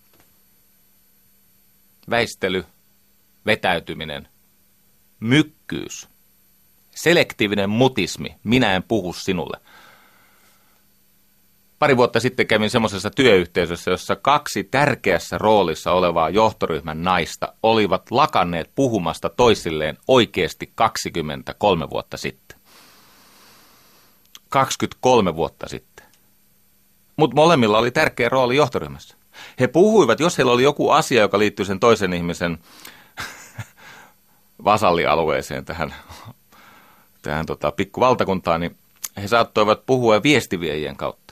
Speaker 3: Väistely, vetäytyminen, mykkyys, selektiivinen mutismi, minä en puhu sinulle. Pari vuotta sitten kävin semmoisessa työyhteisössä, jossa 2 tärkeässä roolissa olevaa johtoryhmän naista olivat lakanneet puhumasta toisilleen oikeasti 23 vuotta sitten. 23 vuotta sitten. Mutta molemmilla oli tärkeä rooli johtoryhmässä. He puhuivat, jos heillä oli joku asia, joka liittyy sen toisen ihmisen vasallialueeseen, tähän pikkuvaltakuntaan, niin he saattoivat puhua viestiviejien kautta.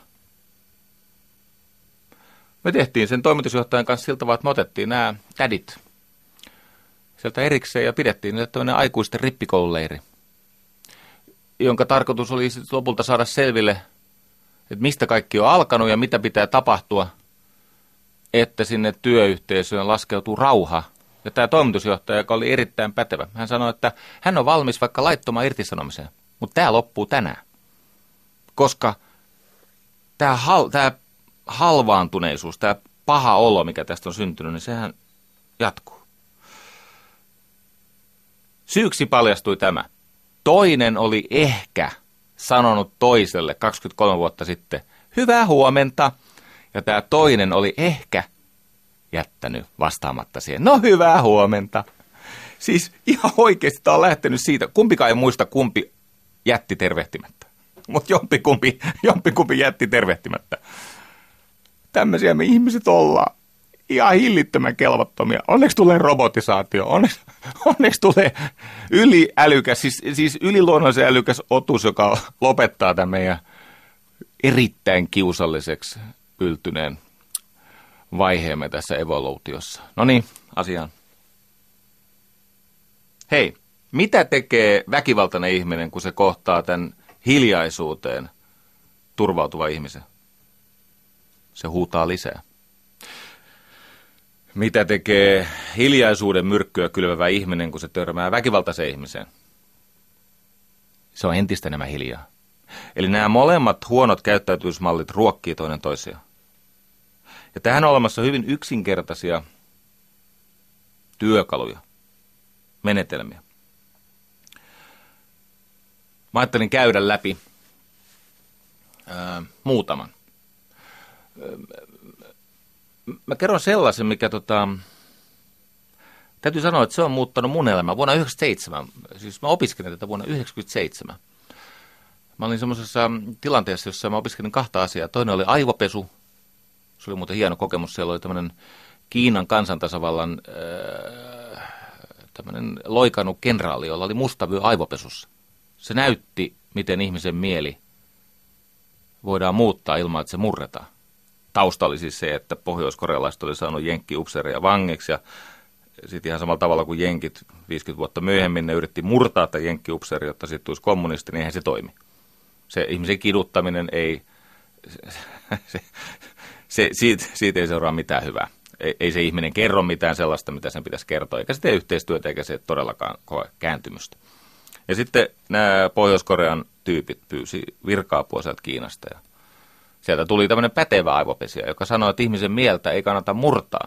Speaker 3: Me tehtiin sen toimitusjohtajan kanssa siltä vaan, että me otettiin nämä tädit sieltä erikseen ja pidettiin niille tämmöinen aikuisten rippikoululeiri, jonka tarkoitus oli lopulta saada selville, että mistä kaikki on alkanut ja mitä pitää tapahtua, että sinne työyhteisöön laskeutuu rauha. Ja tämä toimitusjohtaja, joka oli erittäin pätevä, hän sanoi, että hän on valmis vaikka laittomaan irtisanomiseen, mutta tämä loppuu tänään. Koska tämä halvaantuneisuus, tämä paha olo, mikä tästä on syntynyt, niin sehän jatkuu. Syyksi paljastui tämä. Toinen oli ehkä sanonut toiselle 23 vuotta sitten hyvää huomenta. Ja tämä toinen oli ehkä jättänyt vastaamatta siihen, no hyvää huomenta. Siis ihan oikeasti tämä on lähtenyt siitä, kumpikaan ei muista, kumpi jätti tervehtimättä. Mutta jompikumpi jätti tervehtimättä. Tämmöisiä me ihmiset ollaan. Ihan hillittömän kelvottomia. Onneksi tulee robotisaatio. Onneksi tulee yliälykäs, siis yliluonnollisen älykäs otus, joka lopettaa tämän meidän erittäin kiusalliseksi yltyneen vaiheemme tässä evoluutiossa. No niin, asiaan. Hei, mitä tekee väkivaltainen ihminen, kun se kohtaa tämän hiljaisuuteen turvautuva ihmisen? Se huutaa lisää. Mitä tekee hiljaisuuden myrkkyä kylvävä ihminen, kun se törmää väkivaltaiseen ihmiseen? Se on entistä enemmän hiljaa. Eli nämä molemmat huonot käyttäytymismallit ruokkii toinen toisiaan. Ja tähän on olemassa hyvin yksinkertaisia työkaluja, menetelmiä. Mä ajattelin käydä läpi muutaman. Mä kerron sellaisen, mikä täytyy sanoa, että se on muuttanut mun elämää vuonna 1997. Siis mä opiskelin tätä vuonna 1997. Mä olin semmoisessa tilanteessa, jossa mä opiskelin kahta asiaa. Toinen oli aivopesu. Se oli muuten hieno kokemus. Siellä oli tämmöinen Kiinan kansantasavallan tämmöinen loikannut kenraali, jolla oli musta vyö aivopesussa. Se näytti, miten ihmisen mieli voidaan muuttaa ilman, että se murretaan. Tausta oli siis se, että pohjoiskorealaiset oli saanut jenkkiupseereja vangeiksi ja sitten ihan samalla tavalla kuin jenkit 50 vuotta myöhemmin ne yritti murtaa tämän jenkkiupseerin, jotta sitten tulisi kommunisti, niin eihän se toimi. Se ihmisen kiduttaminen ei, siitä ei seuraa mitään hyvää. Ei se ihminen kerro mitään sellaista, mitä sen pitäisi kertoa, eikä se tee yhteistyötä, eikä se todellakaan koe kääntymystä. Ja sitten nämä Pohjois-Korean tyypit pyysi virka-apua sieltä Kiinasta ja sieltä tuli tämmöinen pätevä aivopesija, joka sanoi, että ihmisen mieltä ei kannata murtaa.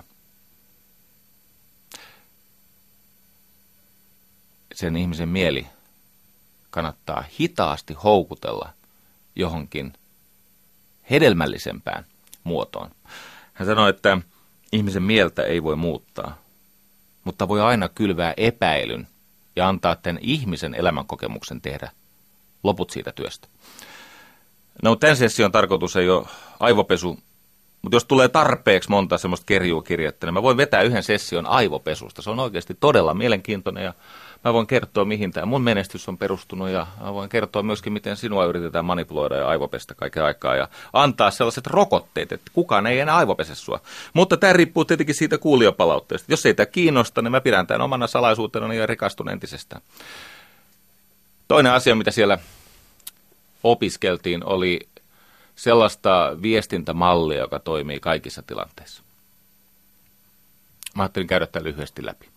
Speaker 3: Sen ihmisen mieli kannattaa hitaasti houkutella johonkin hedelmällisempään muotoon. Hän sanoi, että ihmisen mieltä ei voi muuttaa, mutta voi aina kylvää epäilyn ja antaa tämän ihmisen elämänkokemuksen tehdä loput siitä työstä. No, tämän session tarkoitus ei ole aivopesu, mutta jos tulee tarpeeksi monta semmoista kerjuukirjettä, niin mä voin vetää yhden session aivopesusta. Se on oikeasti todella mielenkiintoinen ja mä voin kertoa, mihin tämä mun menestys on perustunut ja mä voin kertoa myöskin, miten sinua yritetään manipuloida ja aivopestä kaiken aikaa ja antaa sellaiset rokotteet, että kukaan ei enää aivopese sua. Mutta tämä riippuu tietenkin siitä kuulijapalautteesta. Jos ei tämä kiinnosta, niin mä pidän tämän omana salaisuutena ja rikastun entisestään. Toinen asia, mitä siellä opiskeltiin, oli sellaista viestintämallia, joka toimii kaikissa tilanteissa. Mä ajattelin käydä tämän lyhyesti läpi.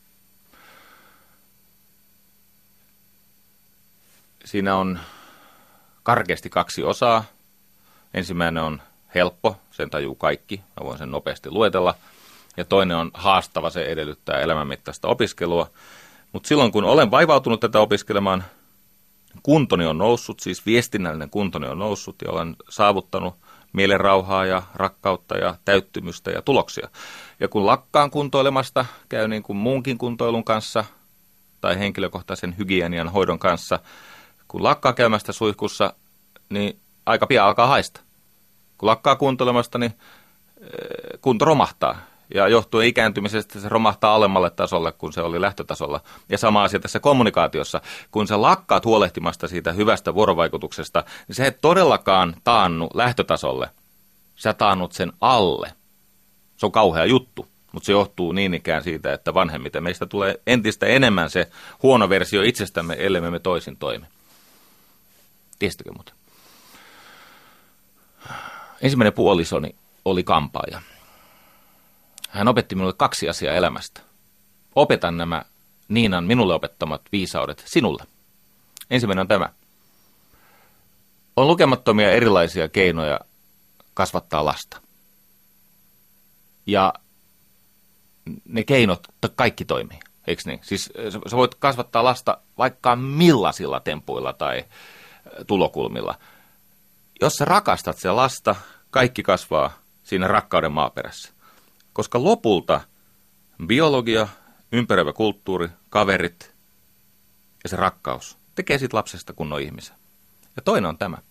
Speaker 3: Siinä on karkeasti 2 osaa. Ensimmäinen on helppo, sen tajuu kaikki. Mä voin sen nopeasti luetella. Ja toinen on haastava, se edellyttää elämänmittaista opiskelua. Mutta silloin, kun olen vaivautunut tätä opiskelemaan, kuntoni on noussut, siis viestinnällinen kuntoni on noussut ja olen saavuttanut mielenrauhaa ja rakkautta ja täyttymystä ja tuloksia. Ja kun lakkaan kuntoilemasta, käy niin kuin muunkin kuntoilun kanssa tai henkilökohtaisen hygienian hoidon kanssa, kun lakkaa käymästä suihkussa, niin aika pian alkaa haista. Kun lakkaa kuntoilemasta, niin kunto romahtaa. Ja johtuen ikääntymisestä se romahtaa alemmalle tasolle, kun se oli lähtötasolla. Ja sama asia tässä kommunikaatiossa. Kun sä lakkaat huolehtimasta siitä hyvästä vuorovaikutuksesta, niin sä et todellakaan taannu lähtötasolle. Sä taannut sen alle. Se on kauhea juttu, mutta se johtuu niin ikään siitä, että vanhemmiten meistä tulee entistä enemmän se huono versio itsestämme, ellei me toisin toimi. Tiesittekö muuten? Ensimmäinen puolisoni oli kampaaja. Hän opetti minulle 2 asiaa elämästä. Opetan nämä Niinan minulle opettamat viisaudet sinulle. Ensimmäinen on tämä. On lukemattomia erilaisia keinoja kasvattaa lasta. Ja ne keinot kaikki toimii, eikö niin? Siis sä voit kasvattaa lasta vaikka millaisilla tempuilla tai tulokulmilla. Jos sä rakastat sitä lasta, kaikki kasvaa siinä rakkauden maaperässä. Koska lopulta biologia, ympäröivä kulttuuri, kaverit ja se rakkaus tekee siitä lapsesta kunnon ihmisen. Ja toinen on tämä.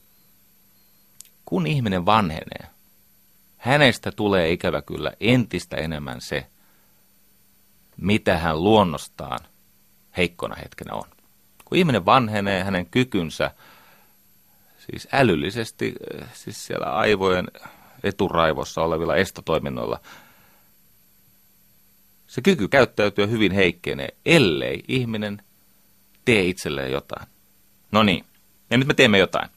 Speaker 3: Kun ihminen vanhenee, hänestä tulee ikävä kyllä entistä enemmän se, mitä hän luonnostaan heikkona hetkenä on. Kun ihminen vanhenee, hänen kykynsä, siis älyllisesti, siis siellä aivojen eturaivossa olevilla estotoiminnoilla, se kyky käyttäytyä hyvin heikkenee, ellei ihminen tee itselleen jotain. No niin, ja nyt me teemme jotain.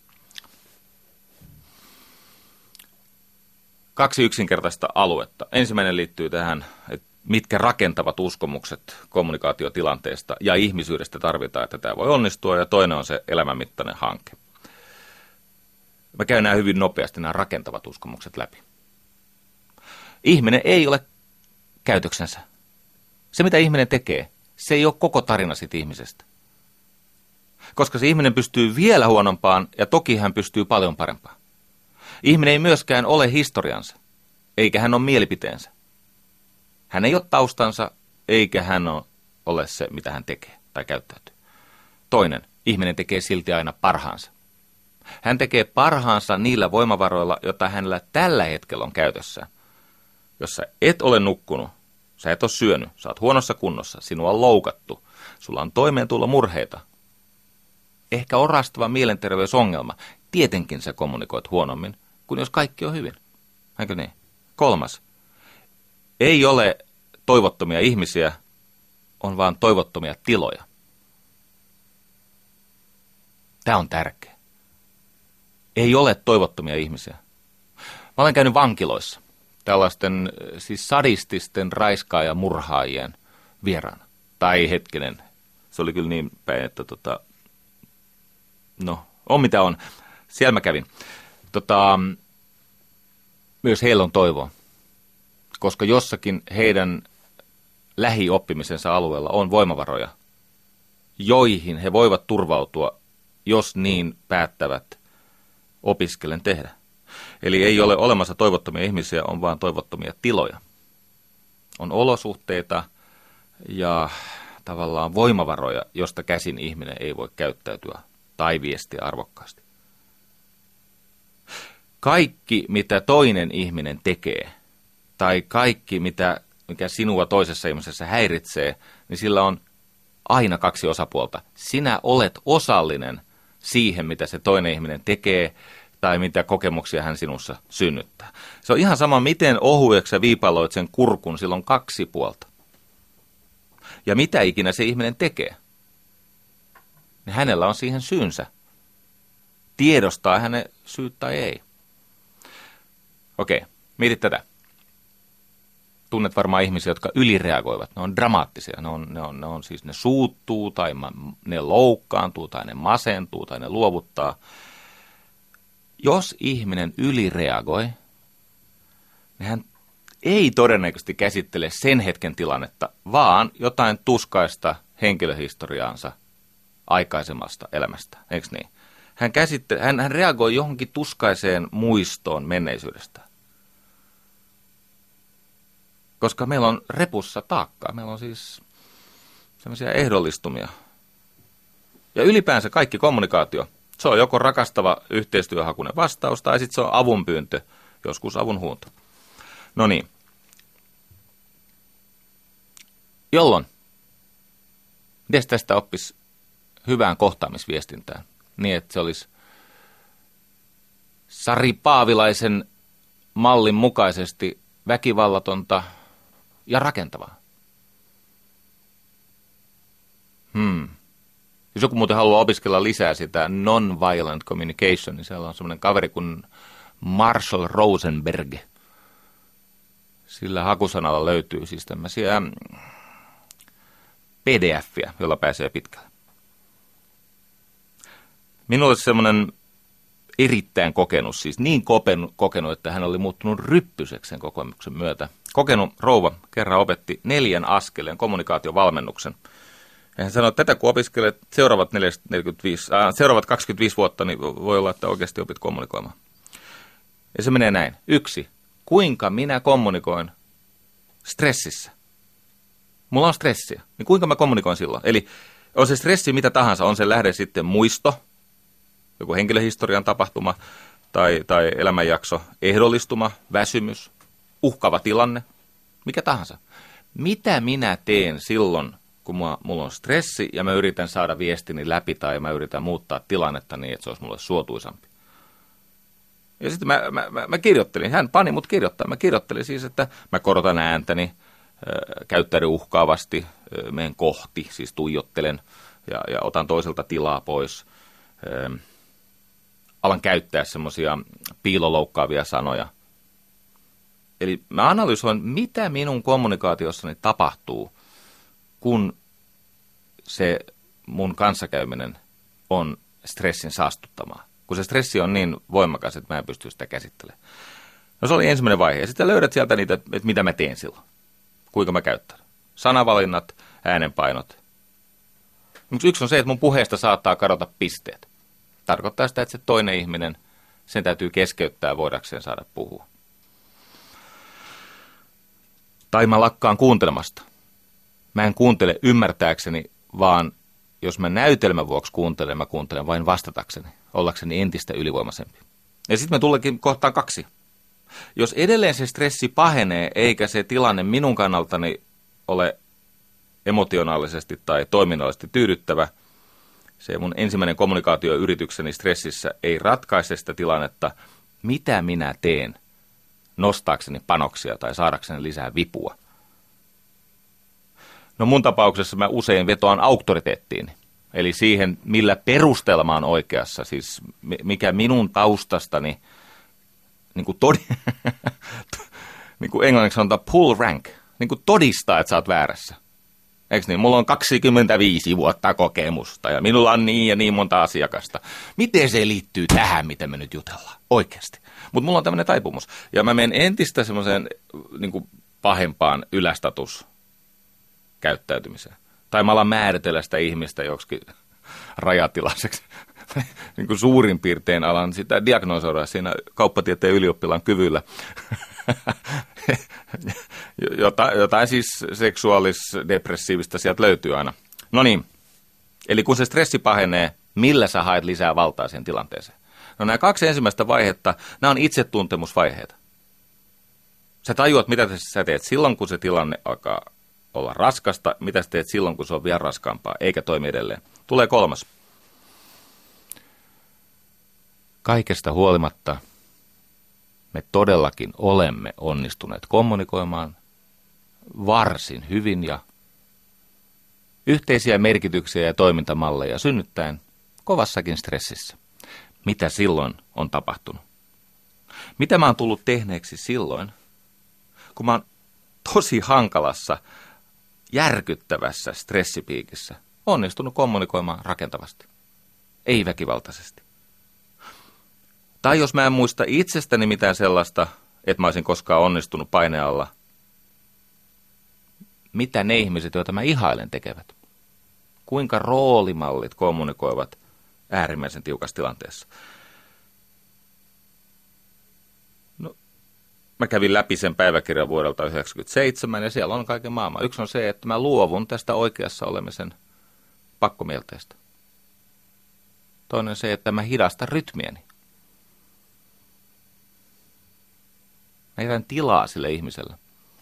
Speaker 3: 2 yksinkertaista aluetta. Ensimmäinen liittyy tähän, että mitkä rakentavat uskomukset kommunikaatiotilanteesta ja ihmisyydestä tarvitaan, että tämä voi onnistua, ja toinen on se elämänmittainen hanke. Mä käyn nämä hyvin nopeasti, nämä rakentavat uskomukset läpi. Ihminen ei ole käytöksensä. Se, mitä ihminen tekee, se ei ole koko tarina siitä ihmisestä. Koska se ihminen pystyy vielä huonompaan, ja toki hän pystyy paljon parempaan. Ihminen ei myöskään ole historiansa, eikä hän ole mielipiteensä. Hän ei ole taustansa, eikä hän ole se, mitä hän tekee tai käyttäytyy. Toinen, ihminen tekee silti aina parhaansa. Hän tekee parhaansa niillä voimavaroilla, joita hänellä tällä hetkellä on käytössä. Jos sä et ole nukkunut, sä et ole syönyt, sä oot huonossa kunnossa, sinua on loukattu, sulla on toimeentulomurheita, ehkä orastava mielenterveysongelma, tietenkin sä kommunikoit huonommin kuin jos kaikki on hyvin. Eikö niin? 3. Ei ole toivottomia ihmisiä, on vaan toivottomia tiloja. Tämä on tärkeä. Ei ole toivottomia ihmisiä. Mä olen käynyt vankiloissa, tällaisten siis sadististen raiskaajamurhaajien vieraana. Tai hetkinen, se oli kyllä niin päin, että no, on mitä on. Siellä mä kävin. Myös heillä on toivoa, koska jossakin heidän lähioppimisensa alueella on voimavaroja, joihin he voivat turvautua, jos niin päättävät opiskellen tehdä. Eli ei ole olemassa toivottomia ihmisiä, on vaan toivottomia tiloja. On olosuhteita ja tavallaan voimavaroja, josta käsin ihminen ei voi käyttäytyä tai viestiä arvokkaasti. Kaikki, mitä toinen ihminen tekee, tai kaikki, mikä sinua toisessa ihmisessä häiritsee, niin sillä on aina 2 osapuolta. Sinä olet osallinen siihen, mitä se toinen ihminen tekee, tai mitä kokemuksia hän sinussa synnyttää. Se on ihan sama, miten ohueksi sä viipaloit sen kurkun, sillä on 2 puolta. Ja mitä ikinä se ihminen tekee, niin hänellä on siihen syynsä. Tiedostaa hänen syyt tai ei. Okei, mieti tätä. Tunnet varmaan ihmisiä, jotka ylireagoivat. Ne on dramaattisia. Ne on siis, ne suuttuu tai ne loukkaantuu tai ne masentuu tai ne luovuttaa. Jos ihminen ylireagoi, niin hän ei todennäköisesti käsittele sen hetken tilannetta, vaan jotain tuskaista henkilöhistoriaansa aikaisemmasta elämästä. Eikö niin? Hän reagoi johonkin tuskaiseen muistoon menneisyydestä. Koska meillä on repussa taakkaa. Meillä on siis sellaisia ehdollistumia. Ja ylipäänsä kaikki kommunikaatio. Se on joko rakastava yhteistyöhakuinen vastaus, tai sitten se on avunpyyntö, joskus avunhuunto. No niin. Jolloin? Miten tästä oppisi hyvään kohtaamisviestintään? Niin, että se olisi Sari Paavilaisen mallin mukaisesti väkivallatonta ja rakentavaa. Jos joku muuten haluaa opiskella lisää sitä non-violent communication, niin siellä on semmoinen kaveri kuin Marshall Rosenberg. Sillä hakusanalla löytyy siis tämmöisiä PDF-iä, jolla pääsee pitkälle. Minulle semmoinen erittäin kokenut, siis niin kokenut, että hän oli muuttunut ryppyseksi sen kokemuksen myötä. Kokenut rouva kerran opetti 4 askeleen kommunikaatiovalmennuksen. Ja hän sanoi, että tätä kun opiskelet seuraavat 25 vuotta, niin voi olla, että oikeasti opit kommunikoimaan. Ja se menee näin. 1. Kuinka minä kommunikoin stressissä? Mulla on stressiä. Niin kuinka mä kommunikoin silloin? Eli on se stressi mitä tahansa, on se lähde sitten muisto, joku henkilöhistorian tapahtuma tai elämänjakso, ehdollistuma, väsymys, uhkava tilanne, mikä tahansa. Mitä minä teen silloin, kun mulla on stressi ja mä yritän saada viestini läpi tai mä yritän muuttaa tilannetta niin, että se olisi mulle suotuisampi. Ja sitten mä kirjoittelin, hän pani mut kirjoittaa. Mä kirjoittelin siis, että mä korotan ääntäni, käyttäydyn uhkaavasti, menen kohti, siis tuijottelen ja otan toiselta tilaa pois. Alan käyttää semmoisia piiloloukkaavia sanoja. Eli mä analysoin, mitä minun kommunikaatiossani tapahtuu, kun se mun kanssakäyminen on stressin saastuttamaa. Kun se stressi on niin voimakas, että mä en pysty sitä käsittelemään. No se oli ensimmäinen vaihe. Ja sitten löydät sieltä niitä, että mitä mä teen silloin. Kuinka mä käyttän. Sanavalinnat, äänenpainot. Yksi on se, että mun puheesta saattaa kadota pisteet. Tarkoittaa sitä, että se toinen ihminen, sen täytyy keskeyttää voidakseen saada puhua. Tai mä lakkaan kuuntelemasta. Mä en kuuntele ymmärtääkseni, vaan jos mä näytelmän vuoksi kuuntelen, mä kuuntelen vain vastatakseni, ollakseni entistä ylivoimaisempi. Ja sitten me tullekin kohtaan 2. Jos edelleen se stressi pahenee, eikä se tilanne minun kannaltani ole emotionaalisesti tai toiminnallisesti tyydyttävä, se mun ensimmäinen kommunikaatioyritykseni stressissä ei ratkaise sitä tilannetta, mitä minä teen nostaakseni panoksia tai saadakseni lisää vipua. No mun tapauksessa mä usein vetoan auktoriteettiin, eli siihen, millä perusteella mä oon oikeassa, siis mikä minun taustastani, niin kuin niin kuin englanniksi sanotaan pull rank, niin kuin todistaa, että sä oot väärässä. Eikö niin? Mulla on 25 vuotta kokemusta ja minulla on niin ja niin monta asiakasta. Miten se liittyy tähän, mitä me nyt jutellaan? Oikeasti. Mutta mulla on tämmöinen taipumus. Ja mä menen entistä semmoiseen niin kuin pahempaan ylästatuskäyttäytymiseen. Tai mä alan määritellä sitä ihmistä joksikin rajatilaiseksi. Niin kuin suurin piirtein alan sitä diagnosoida siinä kauppatieteen ylioppilaan kyvyllä. Jotain siis seksuaalis-depressiivistä sieltä löytyy aina. No niin, eli kun se stressi pahenee, millä sä haet lisää valtaa siihen tilanteeseen? No nämä 2 ensimmäistä vaihetta, nämä on itsetuntemusvaiheita. Sä tajuat, mitä sä teet silloin, kun se tilanne alkaa olla raskasta, mitä sä teet silloin, kun se on vielä raskaampaa, eikä toimi edelleen. Tulee 3. Kaikesta huolimatta me todellakin olemme onnistuneet kommunikoimaan varsin hyvin ja yhteisiä merkityksiä ja toimintamalleja synnyttäen kovassakin stressissä. Mitä silloin on tapahtunut? Mitä mä oon tullut tehneeksi silloin, kun mä oon tosi hankalassa, järkyttävässä stressipiikissä onnistunut kommunikoimaan rakentavasti, ei väkivaltaisesti. Tai jos mä en muista itsestäni mitään sellaista, että mä olisin koskaan onnistunut painealla, mitä ne ihmiset, joita mä ihailen, tekevät? Kuinka roolimallit kommunikoivat äärimmäisen tiukassa tilanteessa? No, mä kävin läpi sen päiväkirjan vuodelta 1997 ja siellä on kaiken maailman. Yksi on se, että mä luovun tästä oikeassa olemisen pakkomielteestä. Toinen se, että mä hidastan rytmiäni. Mä jätän tilaa sille ihmiselle.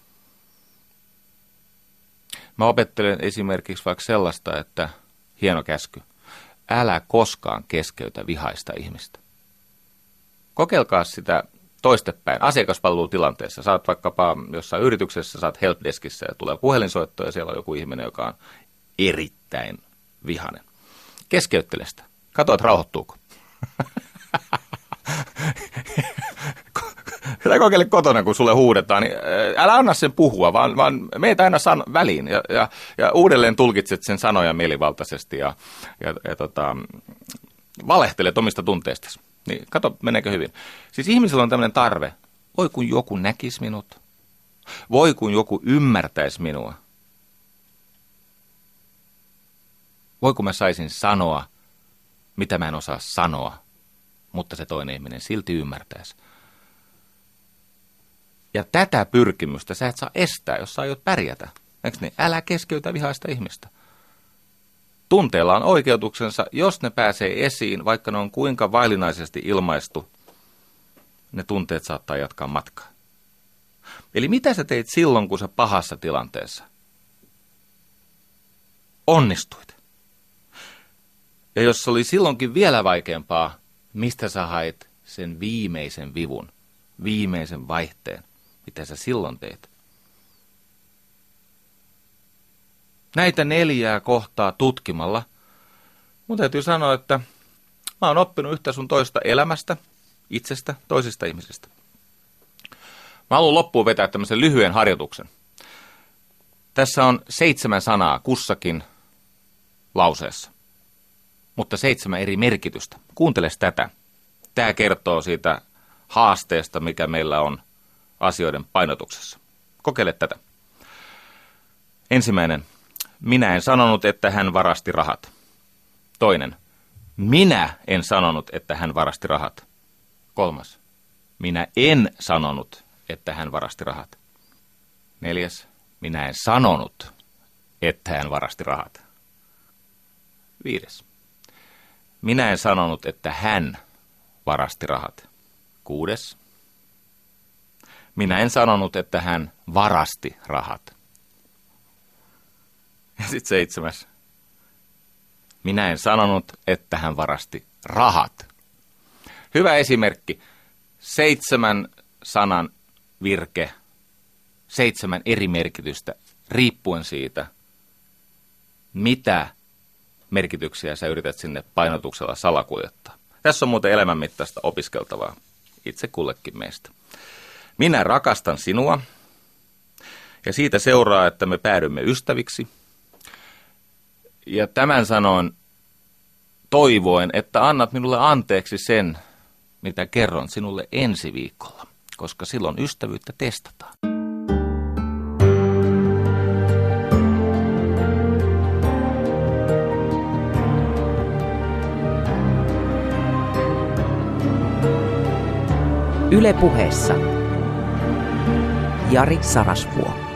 Speaker 3: Mä opettelen esimerkiksi vaikka sellaista, että hieno käsky, älä koskaan keskeytä vihaista ihmistä. Kokeilkaa sitä toistepäin asiakaspalvelutilanteessa. Saat vaikkapa jossain yrityksessä, saat helpdeskissä ja tulee puhelinsoitto ja siellä on joku ihminen, joka on erittäin vihainen. Keskeyttele sitä. Katso, että rauhoittuuko. Sitä kokeile kotona, kun sulle huudetaan, niin älä anna sen puhua, vaan meitä aina väliin ja uudelleen tulkitset sen sanoja mielivaltaisesti ja valehtelet omista tunteistasi. Niin kato, meneekö hyvin. Siis ihmisillä on tämmöinen tarve, voi kun joku näkisi minut, voi kun joku ymmärtäisi minua, voi kun mä saisin sanoa, mitä mä en osaa sanoa, mutta se toinen ihminen silti ymmärtäisi. Ja tätä pyrkimystä sä et saa estää, jos sä aiot pärjätä. Eikö niin? Älä keskeytä vihaista ihmistä. Tunteilla on oikeutuksensa, jos ne pääsee esiin, vaikka ne on kuinka vaillinaisesti ilmaistu, ne tunteet saattaa jatkaa matkaa. Eli mitä sä teit silloin, kun sä pahassa tilanteessa onnistuit? Ja jos se oli silloinkin vielä vaikeampaa, mistä sä hait sen viimeisen vivun, viimeisen vaihteen, mitä sä silloin teet? Näitä 4 kohtaa tutkimalla, mun täytyy sanoa, että mä oon oppinut yhtä sun toista elämästä, itsestä, toisista ihmisistä. Mä haluan loppuun vetää tämmöisen lyhyen harjoituksen. Tässä on 7 sanaa kussakin lauseessa, mutta 7 eri merkitystä. Kuunteles tätä. Tämä kertoo siitä haasteesta, mikä meillä on asioiden painotuksessa. Kokeile tätä. Ensimmäinen. Minä en sanonut, että hän varasti rahat. Toinen. Minä en sanonut, että hän varasti rahat. 3. Minä en sanonut, että hän varasti rahat. 4. Minä en sanonut, että hän varasti rahat. 5. Minä en sanonut, että hän varasti rahat. 6. Minä en sanonut, että hän varasti rahat. Ja sitten 7. Minä en sanonut, että hän varasti rahat. Hyvä esimerkki. 7 sanan virke, 7 eri merkitystä, riippuen siitä, mitä merkityksiä sä yrität sinne painotuksella salakuljettaa. Tässä on muuten elämänmittaista opiskeltavaa itse kullekin meistä. Minä rakastan sinua, ja siitä seuraa, että me päädymme ystäviksi. Ja tämän sanoin toivoen, että annat minulle anteeksi sen, mitä kerron sinulle ensi viikolla, koska silloin ystävyyttä testataan.
Speaker 2: Yle Puheessa Jari Sarasvuo.